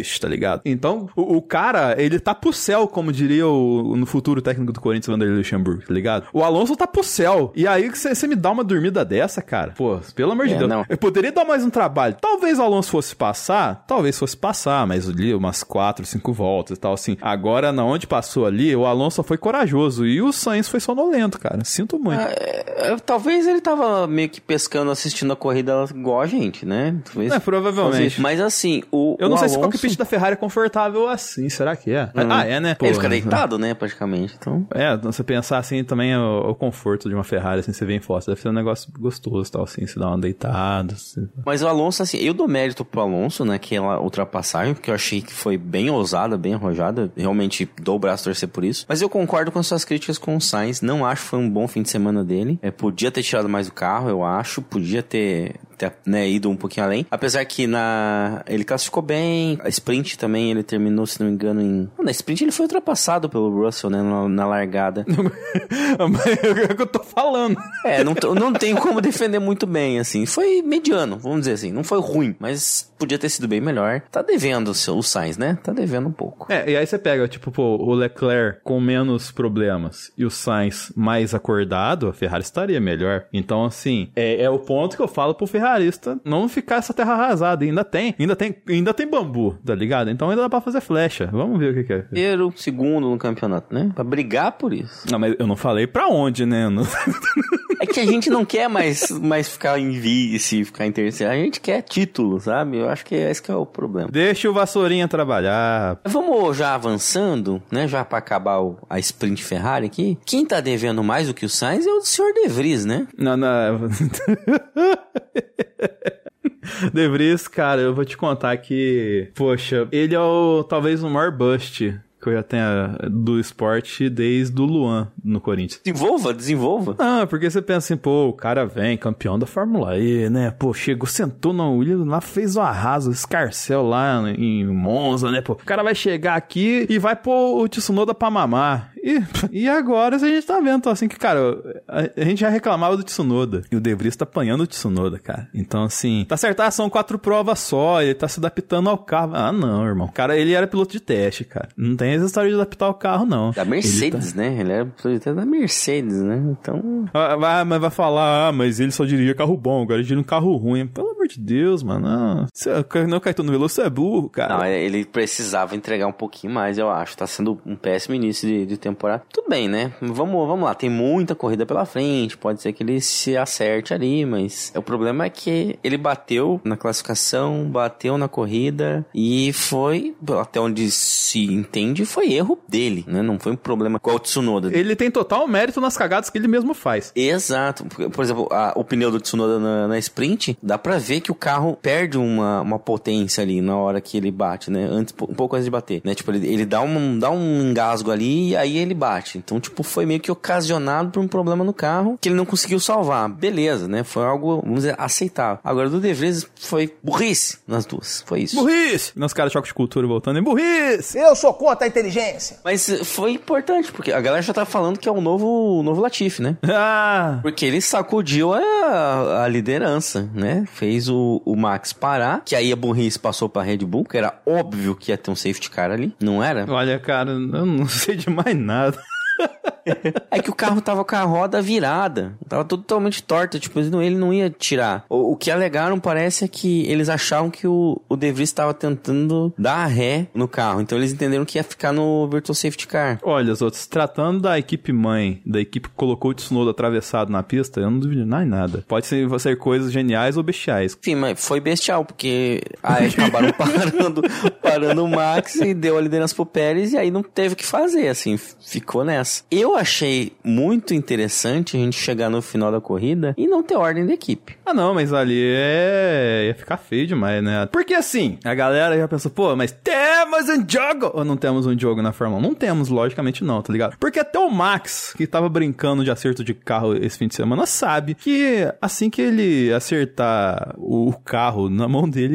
ligado? Então, o, o cara, ele tá pro céu, como diria o, no futuro técnico do Corinthians, Vanderlei Luxemburgo, tá ligado? O Alonso tá pro céu. E aí, você me dá uma dormida dessa, cara? Pô, pelo amor de é, Deus. Não. Eu poderia dar mais um trabalho. Talvez o Alonso fosse passar, talvez fosse passar, mas ali umas quatro, cinco voltas e tal, assim. Agora, na onde passou ali, o Alonso foi corajoso e o Sainz foi sonolento, cara. Sinto muito. Ah, é, talvez ele tava meio que pescando, assistindo a corrida igual a gente, né? Talvez é, provavelmente. Mas assim, o Eu não o sei Alonso... se o cockpit da Ferrari é confortável assim, será que é? Hum. Ah, é, né? Pô, ele fica deitado, né, praticamente, então... É, você pensar assim também o, o conforto de uma Ferrari, assim, você vê em foto, deve ser um negócio gostoso, tal, assim, se dá uma deitada. Assim. Mas o Alonso, assim, eu dou mérito pro Alonso, né, aquela ultrapassagem, porque eu achei que foi bem ousada, bem arrojada, realmente dou o braço a torcer por isso. Mas eu concordo com as suas críticas com o Sainz, não acho que foi um bom fim de semana dele, é, podia ter tirado mais o carro, eu acho, podia ter... ter né, ido um pouquinho além. Apesar que na ele classificou bem, a sprint também ele terminou, se não me engano, em... Na sprint ele foi ultrapassado pelo Russell, né, na, na largada. É o que eu tô falando. É, não, não tenho como defender muito bem, assim. Foi mediano, vamos dizer assim. Não foi ruim, mas podia ter sido bem melhor. Tá devendo o, seu, o Sainz, né? Tá devendo um pouco. É, e aí você pega, tipo, pô, o Leclerc com menos problemas e o Sainz mais acordado, a Ferrari estaria melhor. Então, assim, é, é o ponto que eu falo pro ferrarista não ficar essa terra arrasada. E ainda tem, ainda tem, ainda tem bambu, tá ligado? Então ainda dá pra fazer flecha. Vamos ver o que, que é. Primeiro, segundo no campeonato, né? Pra brigar por isso. Não, mas eu não falei pra onde, né? Não... É que a gente não quer mais, mais ficar em vice, ficar em terceiro. A gente quer título, sabe? Eu acho que esse que é o problema. Deixa o Vassourinha trabalhar. Vamos já avançando, né? Já pra acabar o, a sprint Ferrari aqui. Quem tá devendo mais do que o Sainz é o senhor De Vries, né? Não, não... De Vries, cara, eu vou te contar que... Poxa, ele é o talvez o maior bust que eu já tenha do esporte desde o Luan no Corinthians. Desenvolva, desenvolva. Ah, porque você pensa assim, pô, o cara vem, campeão da Fórmula E, né? Pô, chegou, sentou na Williams lá, fez o arraso, escarcel lá em Monza, né? Pô, o cara vai chegar aqui e vai pôr o Tsunoda pra mamar. E, e agora a gente tá vendo, então, assim, que, cara, a, a gente já reclamava do Tsunoda. E o De Vries tá apanhando o Tsunoda, cara. Então, assim, tá certo, ah, são quatro provas só, ele tá se adaptando ao carro. Ah, não, irmão. Cara, ele era piloto de teste, cara. Não tem essa história de adaptar o carro, não. Da Mercedes, tá... né? Ele era piloto de teste da Mercedes, né? Então... Ah, mas vai falar, ah, mas ele só dirigia carro bom, agora ele dirige um carro ruim. Pelo amor de Deus, mano. Não, não Caetano Veloso, você é burro, cara. Não, ele precisava entregar um pouquinho mais, eu acho. Tá sendo um péssimo início de, de temporada. Tudo bem, né? Vamos, vamos lá. Tem muita corrida pela frente. Pode ser que ele se acerte ali, mas o problema é que ele bateu na classificação, bateu na corrida e foi, até onde se entende, foi erro dele, né? Não foi um problema com o Tsunoda. Ele tem total mérito nas cagadas que ele mesmo faz. Exato. Por exemplo, a, o pneu do Tsunoda na, na sprint, dá pra ver que o carro perde uma, uma potência ali na hora que ele bate, né? Antes, um pouco antes de bater, né? Tipo, ele, ele dá, um, dá um engasgo ali e aí ele bate. Então, tipo, foi meio que ocasionado por um problema no carro que ele não conseguiu salvar. Beleza, né? Foi algo, vamos dizer, aceitável. Agora, do De Vries foi burrice nas duas. Foi isso. Burrice! Nosso cara de choque de cultura voltando em burrice! Eu sou contra a inteligência. Mas foi importante, porque a galera já tá falando que é o novo, o novo Latifi, né? Ah! Porque ele sacudiu a, a liderança, né? Fez o, o Max parar, que aí a burrice passou pra Red Bull, que era óbvio que ia ter um safety car ali, não era? Olha, cara, eu não sei de mais nada. É que o carro tava com a roda virada, tava totalmente torta, tipo, ele não, ele não ia tirar. O, o que alegaram parece é que eles achavam que o, o De Vries estava tentando dar ré no carro, então eles entenderam que ia ficar no Virtual Safety Car. Olha, os outros, tratando da equipe mãe, da equipe que colocou o Tsunoda atravessado na pista, eu não duvido mais nada. Pode ser, ser coisas geniais ou bestiais. Enfim, mas foi bestial, porque aí acabaram parando, parando o Max e deu a liderança pro Pérez, e aí não teve o que fazer, assim, ficou nessa. Eu achei muito interessante a gente chegar no final da corrida e não ter ordem da equipe. Ah, não, mas ali é... ia ficar feio demais, né? Porque assim, a galera já pensou, pô, mas temos um jogo! Ou não temos um jogo na Fórmula um? Não temos, logicamente não, tá ligado? Porque até o Max, que tava brincando de acerto de carro esse fim de semana, sabe que assim que ele acertar o carro na mão dele,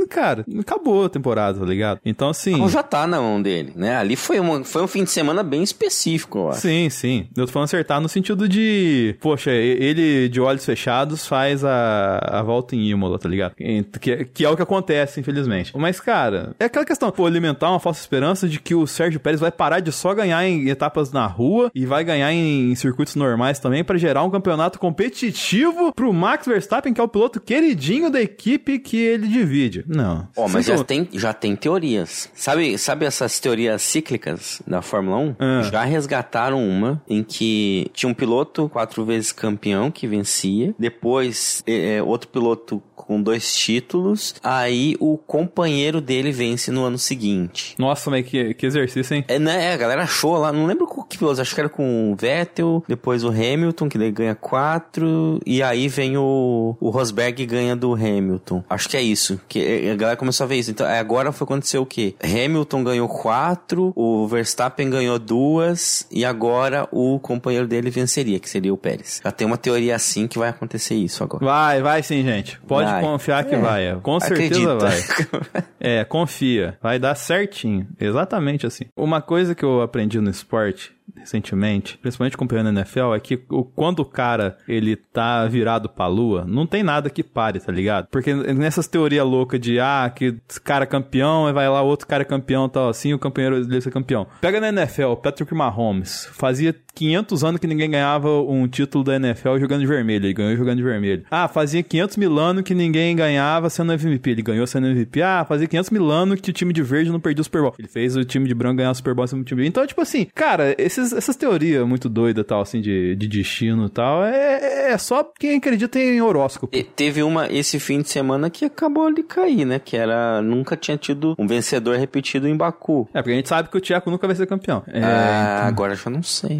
cara, acabou a temporada, tá ligado? Então, assim... Ou já tá na mão dele, né? Ali foi, uma, foi um fim de semana bem específico, eu acho. Sim, sim. Eu tô falando acertar no sentido de... Poxa, ele de olhos fechados faz a, a volta em Imola, tá ligado? Que, que é o que acontece, infelizmente. Mas, cara, é aquela questão, pô, alimentar uma falsa esperança de que o Sérgio Pérez vai parar de só ganhar em etapas na rua e vai ganhar em circuitos normais também pra gerar um campeonato competitivo pro Max Verstappen, que é o piloto queridinho da equipe que ele divide. Não. Ó, oh, mas já tem, já tem teorias. Sabe, sabe essas teorias cíclicas da Fórmula um? Ah. Já resgataram uma em que tinha um piloto quatro vezes campeão que vencia, depois é, outro piloto com dois títulos, aí o companheiro dele vence no ano seguinte. Nossa, mas que, que exercício, hein? É, né, a galera achou lá, não lembro com que piloto, acho que era com o Vettel, depois o Hamilton, que daí ganha quatro, e aí vem o, o Rosberg e ganha do Hamilton. Acho que é isso, que a galera começou a ver isso. Então, agora foi acontecer o quê? Hamilton ganhou quatro, o Verstappen ganhou duas, e agora o companheiro dele venceria, que seria o Pérez. Já tem uma teoria assim que vai acontecer isso agora. Vai, vai sim, gente. Pode vai. confiar que é. vai. Com certeza Acredita. vai. É, confia. Vai dar certinho. Exatamente assim. Uma coisa que eu aprendi no esporte recentemente, principalmente acompanhando a N F L, é que o, quando o cara, ele tá virado pra lua, não tem nada que pare, tá ligado? Porque nessas teorias loucas de, ah, que cara é campeão, vai lá, outro cara é campeão, tal assim, o campeão dele ser campeão. Pega na N F L, Patrick Mahomes, fazia quinhentos anos que ninguém ganhava um título da N F L jogando de vermelho, ele ganhou jogando de vermelho. Ah, fazia quinhentos mil anos que ninguém ganhava sendo M V P, ele ganhou sendo M V P. Ah, fazia quinhentos mil anos que o time de verde não perdia o Super Bowl, ele fez o time de branco ganhar o Super Bowl sendo o time de... Então, tipo assim, cara, esses, essas teorias muito doidas, tal, assim, de, de destino e tal, é, é só quem acredita em horóscopo. E teve uma, esse fim de semana que acabou de cair, né, que era, nunca tinha tido um vencedor repetido em Baku. É, porque a gente sabe que o Tcheco nunca vai ser campeão. É, ah, então... agora eu já não sei.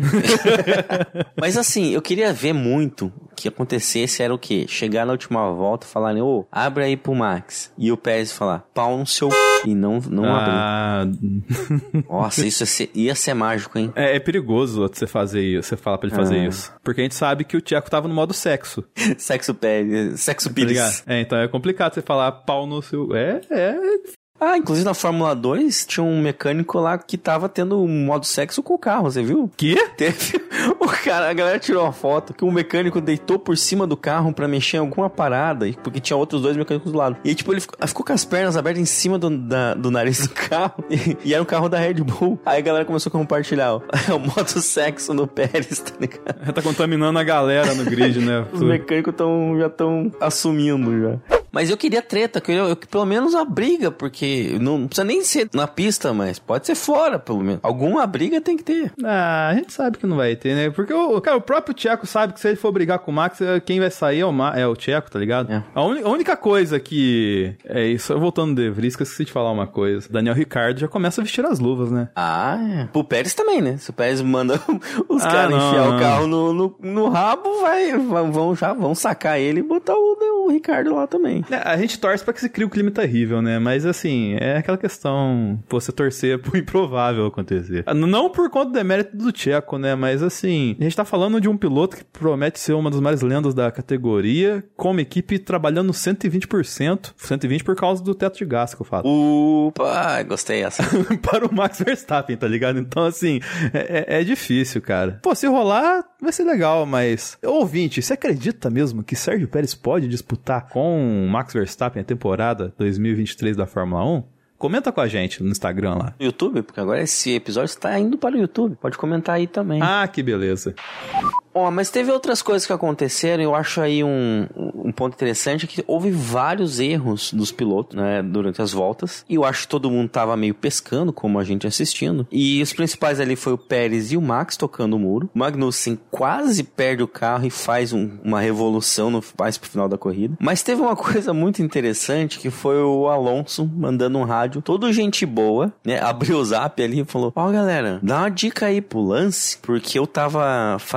Mas assim, eu queria ver muito que acontecesse era o quê? Chegar na última volta e falarem, ô, oh, abre aí pro Max. E o Pérez falar, pau no seu... E não, não ah... abrir. Nossa, isso ia ser, ia ser mágico, hein? É, é perigoso você fazer isso, você fala pra ele fazer ah. isso. Porque a gente sabe que o Tcheco tava no modo sexo. Sexo Pérez, sexo Pires. É, então é complicado você falar pau no seu... É, é... Ah, inclusive na Fórmula dois tinha um mecânico lá que tava tendo um modo sexo com o carro, você viu? Que? Teve. O cara, a galera tirou uma foto que o mecânico deitou por cima do carro pra mexer em alguma parada, porque tinha outros dois mecânicos do lado. E aí, tipo, ele ficou, ficou com as pernas abertas em cima do, da, do nariz do carro. E, e era um carro da Red Bull. Aí a galera começou a compartilhar, ó. É o modo sexo no Pérez, tá ligado? Tá contaminando a galera no grid, né? Os mecânicos tão, já estão assumindo já. Mas eu queria treta, eu queria eu, pelo menos a briga, porque não, não precisa nem ser na pista, mas pode ser fora, pelo menos. Alguma briga tem que ter. Ah, a gente sabe que não vai ter, né? Porque o, cara, o próprio Tcheco sabe que se ele for brigar com o Max, quem vai sair é o, Ma- é o Tcheco, tá ligado? É. A, un- a única coisa que... É isso, eu voltando do De Vries, esqueci de falar uma coisa. Daniel Ricciardo já começa a vestir as luvas, né? Ah, é. Pro Pérez também, né? Se o Pérez manda os ah, caras enfiar não. o carro no, no, no rabo, vai, vão, já vão sacar ele e botar o, o Ricciardo lá também. A gente torce pra que se crie um clima terrível, né? Mas assim, é aquela questão, você torcer pro improvável acontecer. Não por conta do demérito do Tcheco, né? Mas assim, a gente tá falando de um piloto que promete ser uma das maiores lendas da categoria, com uma equipe trabalhando cento e vinte por cento. cento e vinte por causa do teto de gás que eu falo. Opa, gostei essa. Para o Max Verstappen, tá ligado? Então assim, é, é difícil, cara. Pô, se rolar, vai ser legal, mas... Ouvinte, você acredita mesmo que Sérgio Pérez pode disputar com Max Verstappen a temporada dois mil e vinte e três da Fórmula um? Comenta com a gente no Instagram lá. YouTube, porque agora esse episódio está indo para o YouTube. Pode comentar aí também. Ah, que beleza. Ó, oh, mas teve outras coisas que aconteceram, eu acho aí um, um ponto interessante, que houve vários erros dos pilotos, né, durante as voltas, e eu acho que todo mundo tava meio pescando, como a gente assistindo, e os principais ali foi o Pérez e o Max tocando o muro. O Magnussen quase perde o carro e faz um, uma revolução no, mais pro final da corrida. Mas teve uma coisa muito interessante, que foi o Alonso mandando um rádio, todo gente boa, né, abriu o zap ali e falou, ó, oh, galera, dá uma dica aí pro Lance, porque eu tava fazendo aqui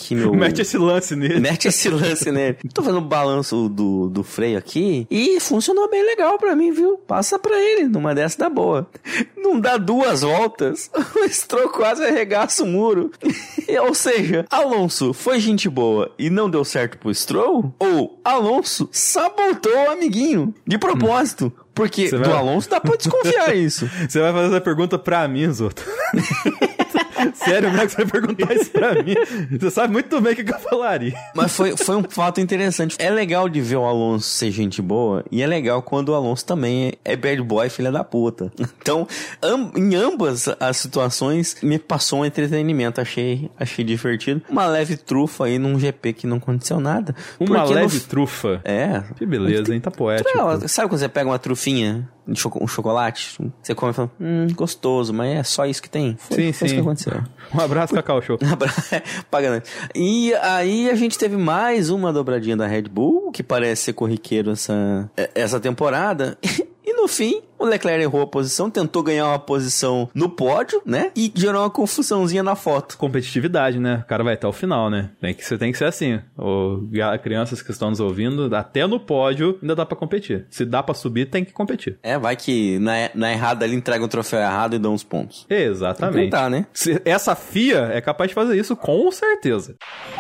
aqui meu... Mete esse lance nele. Mete esse lance nele. Tô fazendo o balanço do, do freio aqui e funcionou bem legal pra mim, viu? Passa pra ele, numa dessa dá boa. Não dá duas voltas, o Stroll quase arregaça o muro. Ou seja, Alonso foi gente boa e não deu certo pro Stroll? Ou Alonso sabotou o amiguinho de propósito? Hum. Porque Você do vai... Alonso dá pra desconfiar isso. Você vai fazer essa pergunta pra mim, Zoto. Sério, como é que você vai perguntar isso pra mim? Você sabe muito bem o que, que eu falaria. Mas foi, foi um fato interessante. É legal de ver o Alonso ser gente boa, e é legal quando o Alonso também é bad boy, filha da puta. Então, am, em ambas as situações, me passou um entretenimento. Achei, achei divertido. Uma leve trufa aí num G P que não aconteceu nada. Uma leve no... trufa? É. Que beleza, hein? Tá poético. Não, sabe quando você pega uma trufinha, um chocolate, você come e fala, hum, gostoso, mas é só isso que tem? Foi, sim, foi sim. Isso que aconteceu. Um abraço, Cacau Show. Pagando. E aí a gente teve mais uma dobradinha da Red Bull, que parece ser corriqueiro essa, essa temporada. E no fim, o Leclerc errou a posição, tentou ganhar uma posição no pódio, né? E gerou uma confusãozinha na foto. Competitividade, né? O cara vai até o final, né? Tem que, você tem que ser assim. O, crianças que estão nos ouvindo, até no pódio ainda dá pra competir. Se dá pra subir, tem que competir. É, vai que na, na errada ali entrega um troféu errado e dá uns pontos. Exatamente. Tem que tentar, né? Se, essa F I A é capaz de fazer isso com certeza.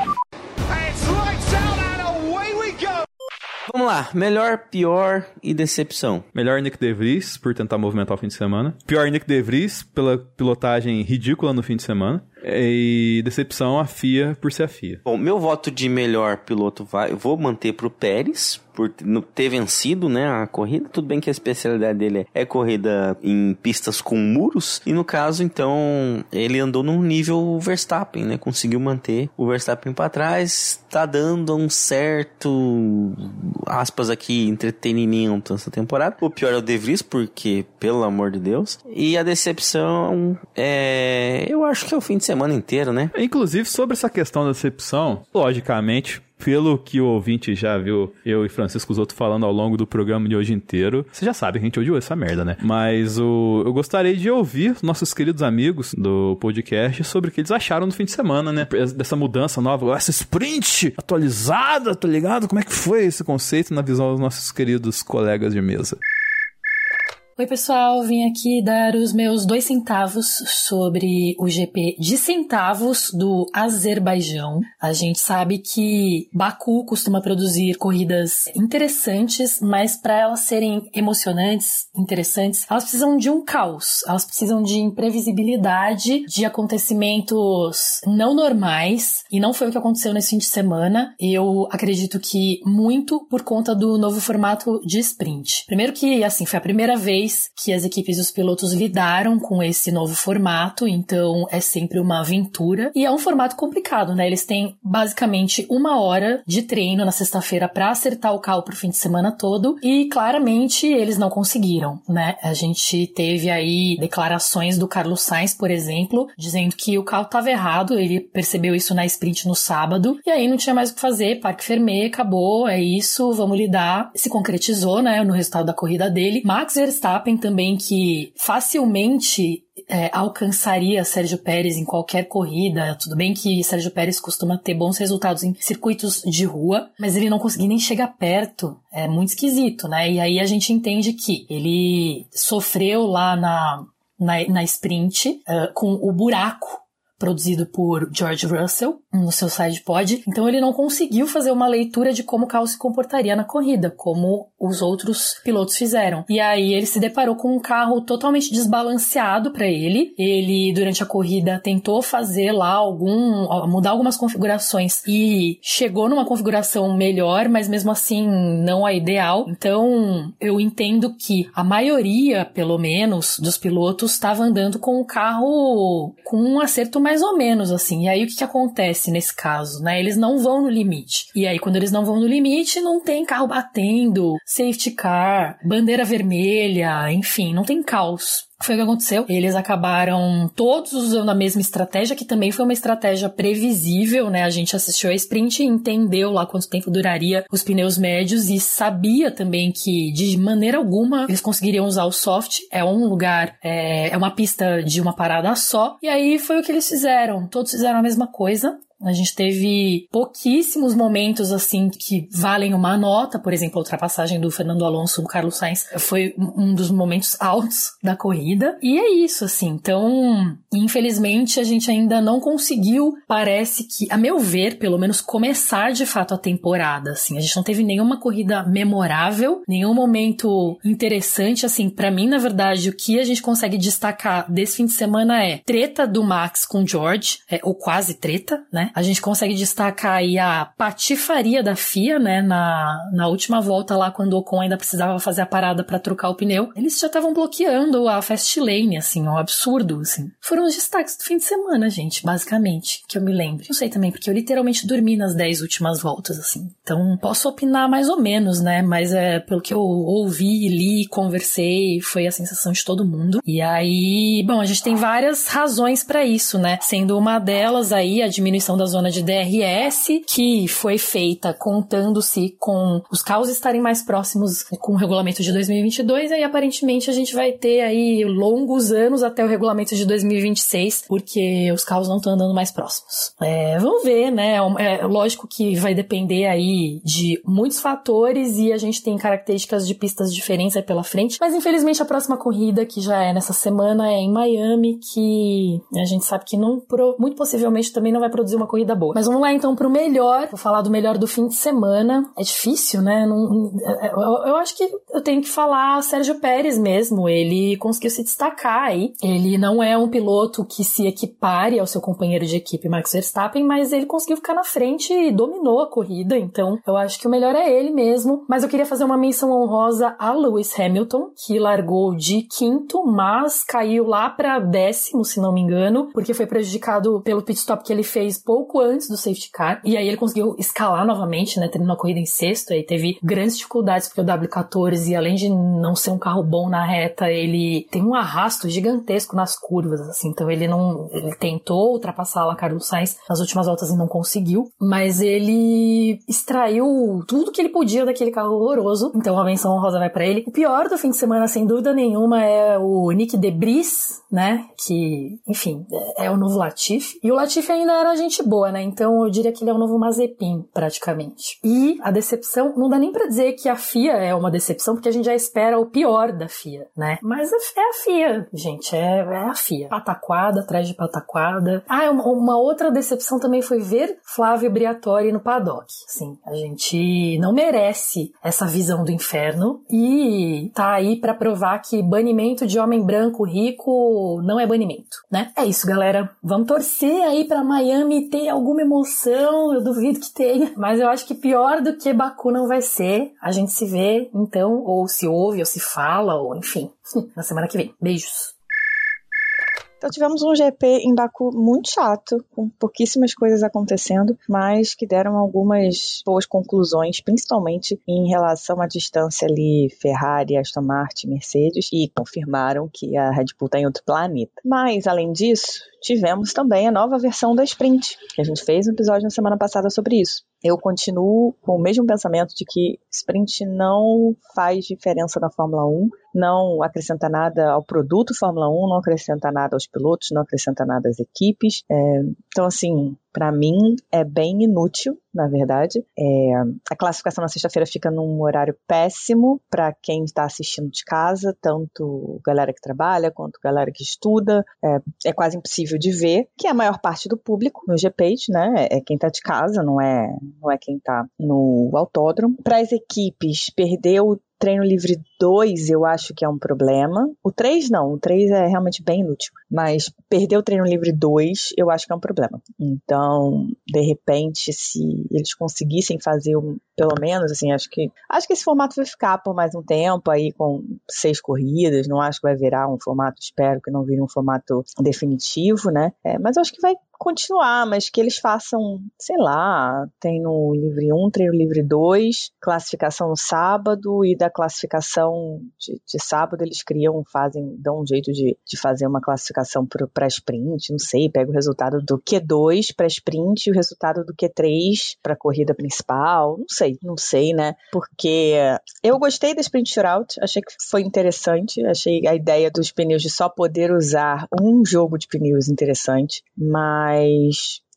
Vamos lá, melhor, pior e decepção. Melhor Nick De Vries, por tentar movimentar o fim de semana. Pior Nick De Vries, pela pilotagem ridícula no fim de semana. E decepção a F I A por ser a F I A. Bom, meu voto de melhor piloto vai, eu vou manter pro Pérez, por ter vencido, né, a corrida. Tudo bem que a especialidade dele é corrida em pistas com muros, e no caso, então, ele andou num nível Verstappen, né, conseguiu manter o Verstappen pra trás, tá dando um certo, aspas aqui, entretenimento essa temporada. O pior é o De Vries, porque, pelo amor de Deus, e a decepção é, eu acho que é o fim de semana inteiro, né? Inclusive, sobre essa questão da decepção, logicamente, pelo que o ouvinte já viu eu e Francisco Zotto falando ao longo do programa de hoje inteiro, você já sabe que a gente odiou essa merda, né? Mas o, eu gostaria de ouvir nossos queridos amigos do podcast sobre o que eles acharam no fim de semana, né? Dessa mudança nova, essa sprint atualizada, tá ligado? Como é que foi esse conceito na visão dos nossos queridos colegas de mesa? Oi pessoal, vim aqui dar os meus dois centavos sobre o G P de centavos do Azerbaijão. A gente sabe que Baku costuma produzir corridas interessantes, mas para elas serem emocionantes, interessantes, elas precisam de um caos, elas precisam de imprevisibilidade, de acontecimentos não normais, e não foi o que aconteceu nesse fim de semana. Eu acredito que muito por conta do novo formato de sprint. Primeiro que, assim, foi a primeira vez que as equipes e os pilotos lidaram com esse novo formato, então é sempre uma aventura. E é um formato complicado, né? Eles têm basicamente uma hora de treino na sexta-feira para acertar o carro pro fim de semana todo, e claramente eles não conseguiram, né? A gente teve aí declarações do Carlos Sainz, por exemplo, dizendo que o carro estava errado, ele percebeu isso na sprint no sábado, e aí não tinha mais o que fazer, parque fermé, acabou, é isso, vamos lidar. Se concretizou, né, no resultado da corrida dele. Max Verstappen também, que facilmente é, alcançaria Sérgio Pérez em qualquer corrida. Tudo bem que Sérgio Pérez costuma ter bons resultados em circuitos de rua, mas ele não conseguia nem chegar perto. É muito esquisito, né? E aí a gente entende que ele sofreu lá na, na, na sprint uh, com o buraco produzido por George Russell no seu side pod, então ele não conseguiu fazer uma leitura de como o carro se comportaria na corrida, como os outros pilotos fizeram. E aí ele se deparou com um carro totalmente desbalanceado para ele. Ele, durante a corrida, tentou fazer lá algum, mudar algumas configurações e chegou numa configuração melhor, mas mesmo assim não a ideal. Então eu entendo que a maioria, pelo menos, dos pilotos estava andando com o carro com um acerto mais mais ou menos, assim. E aí o que que acontece nesse caso, né? Eles não vão no limite. E aí quando eles não vão no limite, não tem carro batendo, safety car, bandeira vermelha, enfim, não tem caos. Foi o que aconteceu. Eles acabaram todos usando a mesma estratégia, que também foi uma estratégia previsível, né? A gente assistiu a sprint e entendeu lá quanto tempo duraria os pneus médios e sabia também que, de maneira alguma, eles conseguiriam usar o soft. É um lugar, é, é uma pista de uma parada só. E aí foi o que eles fizeram. Todos fizeram a mesma coisa. A gente teve pouquíssimos momentos, assim, que valem uma nota. Por exemplo, a ultrapassagem do Fernando Alonso no Carlos Sainz foi um dos momentos altos da corrida. E é isso, assim. Então, infelizmente, a gente ainda não conseguiu, parece que, a meu ver, pelo menos começar de fato a temporada, assim. A gente não teve nenhuma corrida memorável, nenhum momento interessante, assim. Pra mim, na verdade, o que a gente consegue destacar desse fim de semana é treta do Max com o George, é, ou quase treta, né? A gente consegue destacar aí a patifaria da F I A, né? Na, na última volta lá, quando o Ocon ainda precisava fazer a parada pra trocar o pneu, eles já estavam bloqueando a fast lane, assim, um absurdo, assim. Foram os destaques do fim de semana, gente, basicamente, que eu me lembro. Não sei também, porque eu literalmente dormi nas dez últimas voltas, assim. Então, posso opinar mais ou menos, né? Mas é pelo que eu ouvi, li, conversei, foi a sensação de todo mundo. E aí, bom, a gente tem várias razões pra isso, né? Sendo uma delas aí a diminuição da zona de D R S, que foi feita contando-se com os carros estarem mais próximos com o regulamento de dois mil e vinte e dois, e aí aparentemente a gente vai ter aí longos anos até o regulamento de dois mil e vinte e seis, porque os carros não estão andando mais próximos. É, vamos ver, né? É lógico que vai depender aí de muitos fatores e a gente tem características de pistas diferentes aí pela frente, mas infelizmente a próxima corrida, que já é nessa semana, é em Miami, que a gente sabe que não, muito possivelmente também não vai produzir uma corrida boa. Mas vamos lá então pro melhor, vou falar do melhor do fim de semana. É difícil, né? Não, eu, eu acho que eu tenho que falar Sérgio Pérez mesmo, ele conseguiu se destacar aí. Ele não é um piloto que se equipare ao seu companheiro de equipe Max Verstappen, mas ele conseguiu ficar na frente e dominou a corrida, então eu acho que o melhor é ele mesmo. Mas eu queria fazer uma menção honrosa a Lewis Hamilton, que largou de quinto, mas caiu lá para décimo, se não me engano, porque foi prejudicado pelo pit stop que ele fez pouco antes do safety car, e aí ele conseguiu escalar novamente, né, terminou a corrida em sexto, aí teve grandes dificuldades porque o W quatorze, além de não ser um carro bom na reta, ele tem um arrasto gigantesco nas curvas, assim, então ele não, ele tentou ultrapassar lá Carlos Sainz nas últimas voltas e não conseguiu, mas ele extraiu tudo que ele podia daquele carro horroroso, então a menção honrosa vai pra ele. O pior do fim de semana, sem dúvida nenhuma, é o Nick Debris, né, que, enfim, é o novo Latifi, e o Latifi ainda era gente boa, né, então eu diria que ele é o novo Mazepin, praticamente. E a decepção, não dá nem pra dizer que a F I A é uma decepção, porque a gente já espera o pior da F I A, né, mas é a F I A, gente, é, é a F I A. Pataquada atrás de pataquada. Ah, uma, uma outra decepção também foi ver Flávio Briatore no paddock. Assim, a gente não merece essa visão do inferno e tá aí pra provar que banimento de homem branco rico não é banimento, né? É isso, galera. Vamos torcer aí pra Miami ter alguma emoção, eu duvido que tenha, mas eu acho que pior do que Baku não vai ser. A gente se vê, então, ou se ouve, ou se fala, ou enfim, na semana que vem. Beijos! Então tivemos um G P em Baku muito chato, com pouquíssimas coisas acontecendo, mas que deram algumas boas conclusões, principalmente em relação à distância ali Ferrari, Aston Martin, Mercedes, e confirmaram que a Red Bull está em outro planeta. Mas, além disso, tivemos também a nova versão da Sprint, que a gente fez um episódio na semana passada sobre isso. Eu continuo com o mesmo pensamento de que Sprint não faz diferença na Fórmula um, não acrescenta nada ao produto Fórmula um, não acrescenta nada aos pilotos, não acrescenta nada às equipes. É, então, assim, para mim é bem inútil, na verdade. É, a classificação na sexta-feira fica num horário péssimo para quem está assistindo de casa, tanto galera que trabalha quanto galera que estuda. É, é quase impossível de ver, que é a maior parte do público no G P, né? É quem está de casa, não é, não é quem está no autódromo. Para as equipes, perder o treino livre dois eu acho que é um problema. O três não, o três é realmente bem inútil. Mas perder o treino livre dois eu acho que é um problema. Então, de repente, se eles conseguissem fazer um, pelo menos, assim, acho que acho que esse formato vai ficar por mais um tempo aí com seis corridas. Não acho que vai virar um formato, espero que não vire um formato definitivo, né? É, mas eu acho que vai continuar, mas que eles façam, sei lá, tem no livre um, treino livre dois, classificação no sábado, e da classificação de, de sábado eles criam, fazem, dão um jeito de, de fazer uma classificação para sprint, não sei, pega o resultado do Q dois para sprint e o resultado do Q três para a corrida principal, não sei, não sei, né, porque eu gostei da sprint shootout, achei que foi interessante, achei a ideia dos pneus de só poder usar um jogo de pneus interessante, mas Mas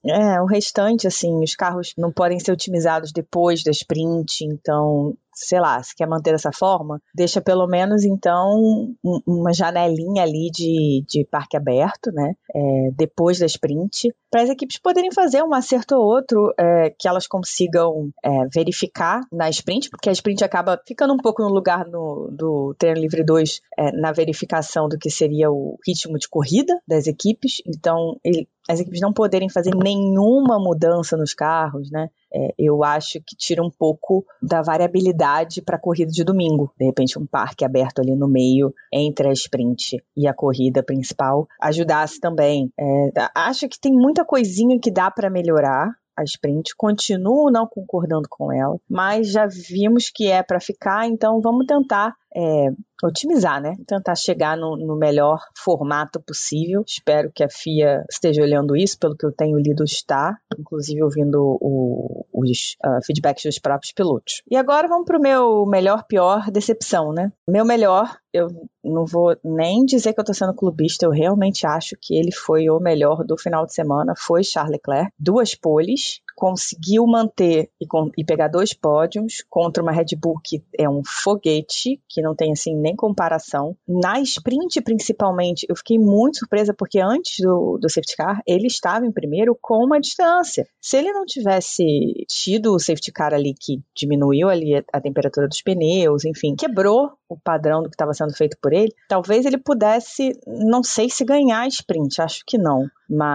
É, o restante, assim, os carros não podem ser otimizados depois da sprint, então, sei lá, se quer manter dessa forma, deixa pelo menos, então, um, uma janelinha ali de, de parque aberto, né, é, depois da sprint, para as equipes poderem fazer um acerto ou outro, é, que elas consigam é, verificar na sprint, porque a sprint acaba ficando um pouco no lugar no, do Treino Livre dois, é, na verificação do que seria o ritmo de corrida das equipes, então, ele, as equipes não poderem fazer nenhuma mudança nos carros, né? É, eu acho que tira um pouco da variabilidade para a corrida de domingo. De repente, um parque aberto ali no meio, entre a sprint e a corrida principal, ajudasse também. É, acho que tem muita coisinha que dá para melhorar a sprint, continuo não concordando com ela, mas já vimos que é para ficar, então vamos tentar é, otimizar, né? Tentar chegar no, no melhor formato possível. Espero que a F I A esteja olhando isso, pelo que eu tenho lido está, inclusive ouvindo o, os uh, feedbacks dos próprios pilotos. E agora vamos para o meu melhor, pior decepção, né? Meu melhor, eu não vou nem dizer que eu tô sendo clubista, eu realmente acho que ele foi o melhor do final de semana, foi Charles Leclerc. Duas poles, conseguiu manter e, com, e pegar dois pódios contra uma Red Bull que é um foguete, que não tem assim nem comparação. Na sprint, principalmente, eu fiquei muito surpresa porque antes do, do safety car, ele estava em primeiro com uma distância. Se ele não tivesse tido o safety car ali que diminuiu ali a, a temperatura dos pneus, enfim, quebrou o padrão do que estava sendo feito por ele, talvez ele pudesse, não sei se ganhar a sprint, acho que não,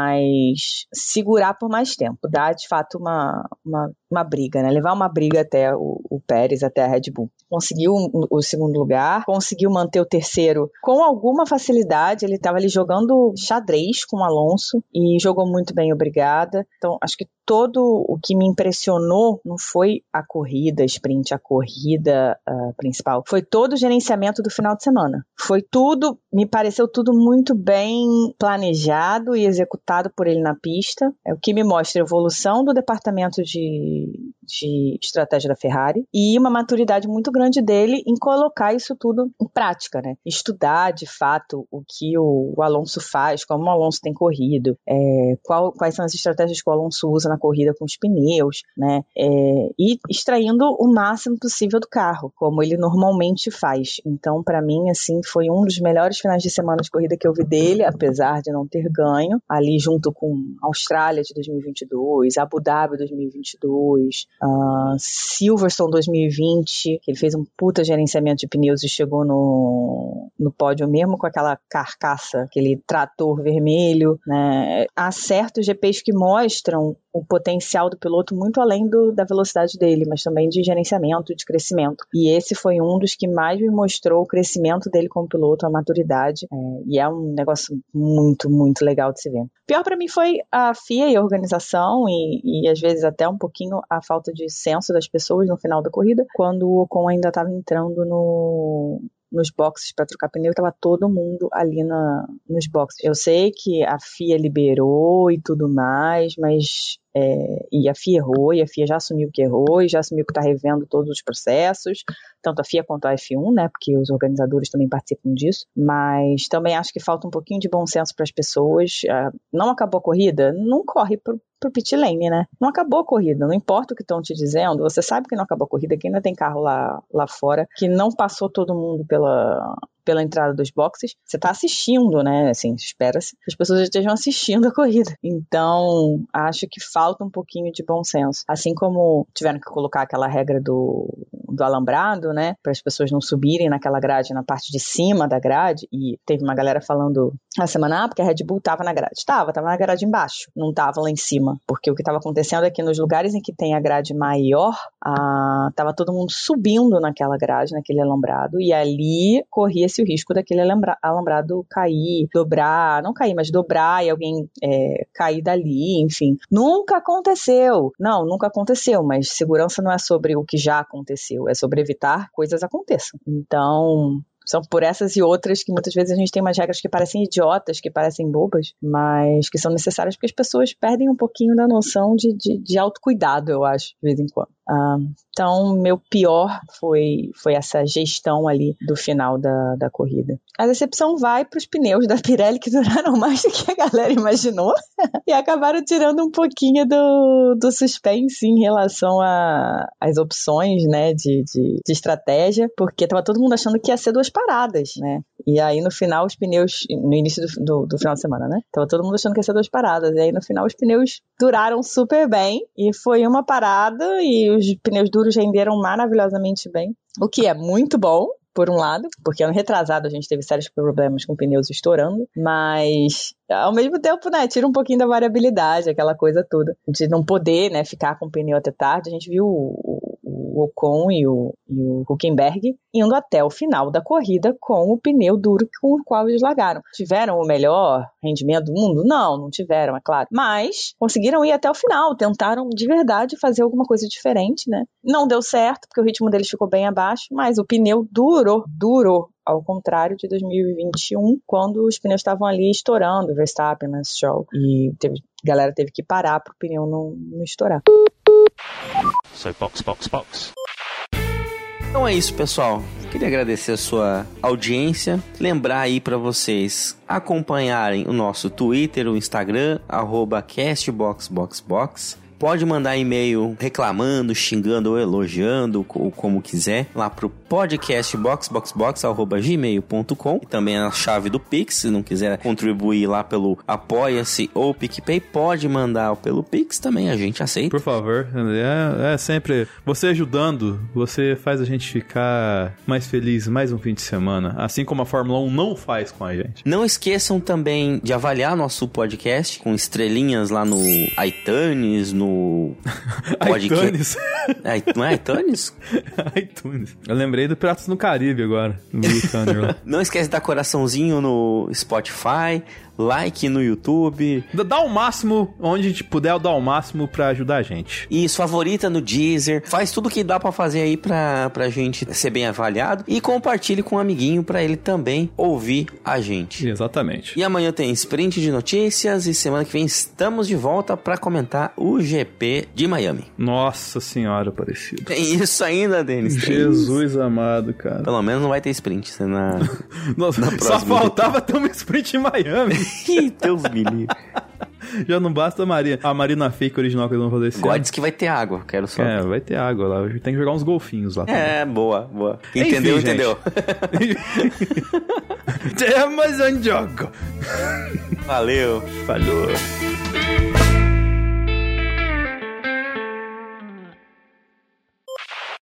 mas segurar por mais tempo, dar de fato uma, uma, uma briga, né? Levar uma briga até o, o Pérez, até a Red Bull. Conseguiu o, o segundo lugar, conseguiu manter o terceiro com alguma facilidade, ele estava ali jogando xadrez com o Alonso e jogou muito bem, obrigada. Então, acho que todo o que me impressionou não foi a corrida, a sprint, a corrida uh, principal, foi todo o gerenciamento do final de semana. Foi tudo, me pareceu tudo muito bem planejado e executado por ele na pista, é o que me mostra a evolução do departamento de, de estratégia da Ferrari e uma maturidade muito grande dele em colocar isso tudo em prática, né? Estudar de fato o que o, o Alonso faz, como o Alonso tem corrido, é, qual, quais são as estratégias que o Alonso usa na corrida com os pneus, né? É, e extraindo o máximo possível do carro, como ele normalmente faz. Então, para mim, assim, foi um dos melhores finais de semana de corrida que eu vi dele, apesar de não ter ganho, ali junto com Austrália de dois mil e vinte e dois, Abu Dhabi dois mil e vinte e dois, uh, Silverstone dois mil e vinte, que ele fez um puta gerenciamento de pneus e chegou no, no pódio mesmo com aquela carcaça, aquele trator vermelho, né? Há certos G Ps que mostram o potencial do piloto muito além do, da velocidade dele, mas também de gerenciamento, de crescimento. E esse foi um dos que mais me mostrou o crescimento dele como piloto, a maturidade, é, e é um negócio muito, muito legal de se ver. Pior para mim foi a F I A e a organização e, e às vezes até um pouquinho a falta de senso das pessoas no final da corrida, quando o Ocon ainda estava entrando no... nos boxes para trocar pneu, estava todo mundo ali na, nos boxes. Eu sei que a F I A liberou e tudo mais, mas é, e a F I A errou, e a F I A já assumiu que errou, e já assumiu que está revendo todos os processos, tanto a F I A quanto a F um, né, porque os organizadores também participam disso, mas também acho que falta um pouquinho de bom senso para as pessoas. Não acabou a corrida? Não corre pro pro pit lane, né? Não acabou a corrida, não importa o que estão te dizendo, você sabe que não acabou a corrida, que ainda tem carro lá, lá fora, que não passou todo mundo pela, pela entrada dos boxes, você tá assistindo, né? Assim, espera-se que as pessoas estejam assistindo a corrida. Então, acho que falta um pouquinho de bom senso. Assim como tiveram que colocar aquela regra do, do alambrado, né? Para as pessoas não subirem naquela grade, na parte de cima da grade, e teve uma galera falando na semana, ah, porque a Red Bull tava na grade. Tava, tava na grade embaixo, não tava lá em cima. Porque o que estava acontecendo é que nos lugares em que tem a grade maior, ah, tava todo mundo subindo naquela grade, naquele alambrado, e ali corria-se o risco daquele alambra- alambrado cair, dobrar, não cair, mas dobrar e alguém é, cair dali, enfim. Nunca aconteceu. Não, nunca aconteceu, mas segurança não é sobre o que já aconteceu, é sobre evitar que coisas aconteçam. Então... são por essas e outras que muitas vezes a gente tem umas regras que parecem idiotas, que parecem bobas, mas que são necessárias porque as pessoas perdem um pouquinho da noção de, de, de autocuidado, eu acho, de vez em quando. Uh, então, meu pior foi, foi essa gestão ali do final da, da corrida. A decepção vai para os pneus da Pirelli, que duraram mais do que a galera imaginou e acabaram tirando um pouquinho do, do suspense em relação às opções, né, de, de, de estratégia, porque estava todo mundo achando que ia ser duas paradas, né? E aí no final os pneus, no início do, do, do final de semana, né? Tava todo mundo achando que ia ser duas paradas. E aí no final os pneus duraram super bem e foi uma parada e os pneus duros renderam maravilhosamente bem, o que é muito bom, por um lado, porque ano retrasado a gente teve sérios problemas com pneus estourando, mas ao mesmo tempo, né, tira um pouquinho da variabilidade, aquela coisa toda, de não poder, né, ficar com o pneu até tarde. A gente viu o, o Ocon e o, e o Hülkenberg indo até o final da corrida com o pneu duro com o qual eles largaram. Tiveram o melhor rendimento do mundo? Não, não tiveram, é claro. Mas conseguiram ir até o final, tentaram de verdade fazer alguma coisa diferente, né? Não deu certo, porque o ritmo deles ficou bem abaixo, mas o pneu durou, durou. Ao contrário de dois mil e vinte e um, quando os pneus estavam ali estourando, Verstappen, Lance Stroll, e teve, a galera teve que parar para o pneu não, não estourar. So, box, box, box. Então é isso, pessoal. Queria agradecer a sua audiência. Lembrar aí para vocês acompanharem o nosso Twitter, o Instagram, arroba castboxboxbox. Pode mandar e-mail reclamando, xingando ou elogiando, ou como quiser, lá pro podcastboxboxbox arroba gmail ponto com. E também a chave do Pix, se não quiser contribuir lá pelo Apoia-se ou PicPay, pode mandar pelo Pix também, a gente aceita. Por favor, é, é sempre... Você ajudando, você faz a gente ficar mais feliz mais um fim de semana, assim como a Fórmula um não faz com a gente. Não esqueçam também de avaliar nosso podcast com estrelinhas lá no iTunes, no iTunes. Não é iTunes? iTunes. Eu lembrei do Piratas no Caribe agora. No Não esquece de dar coraçãozinho no Spotify, like no YouTube. Dá o máximo, onde a gente puder, dá o máximo pra ajudar a gente. Isso, favorita no Deezer. Faz tudo que dá pra fazer aí pra, pra gente ser bem avaliado. E compartilhe com um amiguinho pra ele também ouvir a gente. Exatamente. E amanhã tem sprint de notícias e semana que vem estamos de volta pra comentar o G P de Miami. Nossa senhora, parecido. Tem isso ainda, Denis. Jesus amado, cara. Pelo menos não vai ter sprint na, Nossa, na só faltava ter um sprint em Miami. Deus me livre. Já não basta a Maria. A Marina Fake original que eles vão fazer esse God ano. diz que vai ter água, quero só. É, vai ter água lá. Tem que jogar uns golfinhos lá. É, também. boa, boa. Entendeu, Enfim, entendeu. Temos um jogo. Valeu. Falou.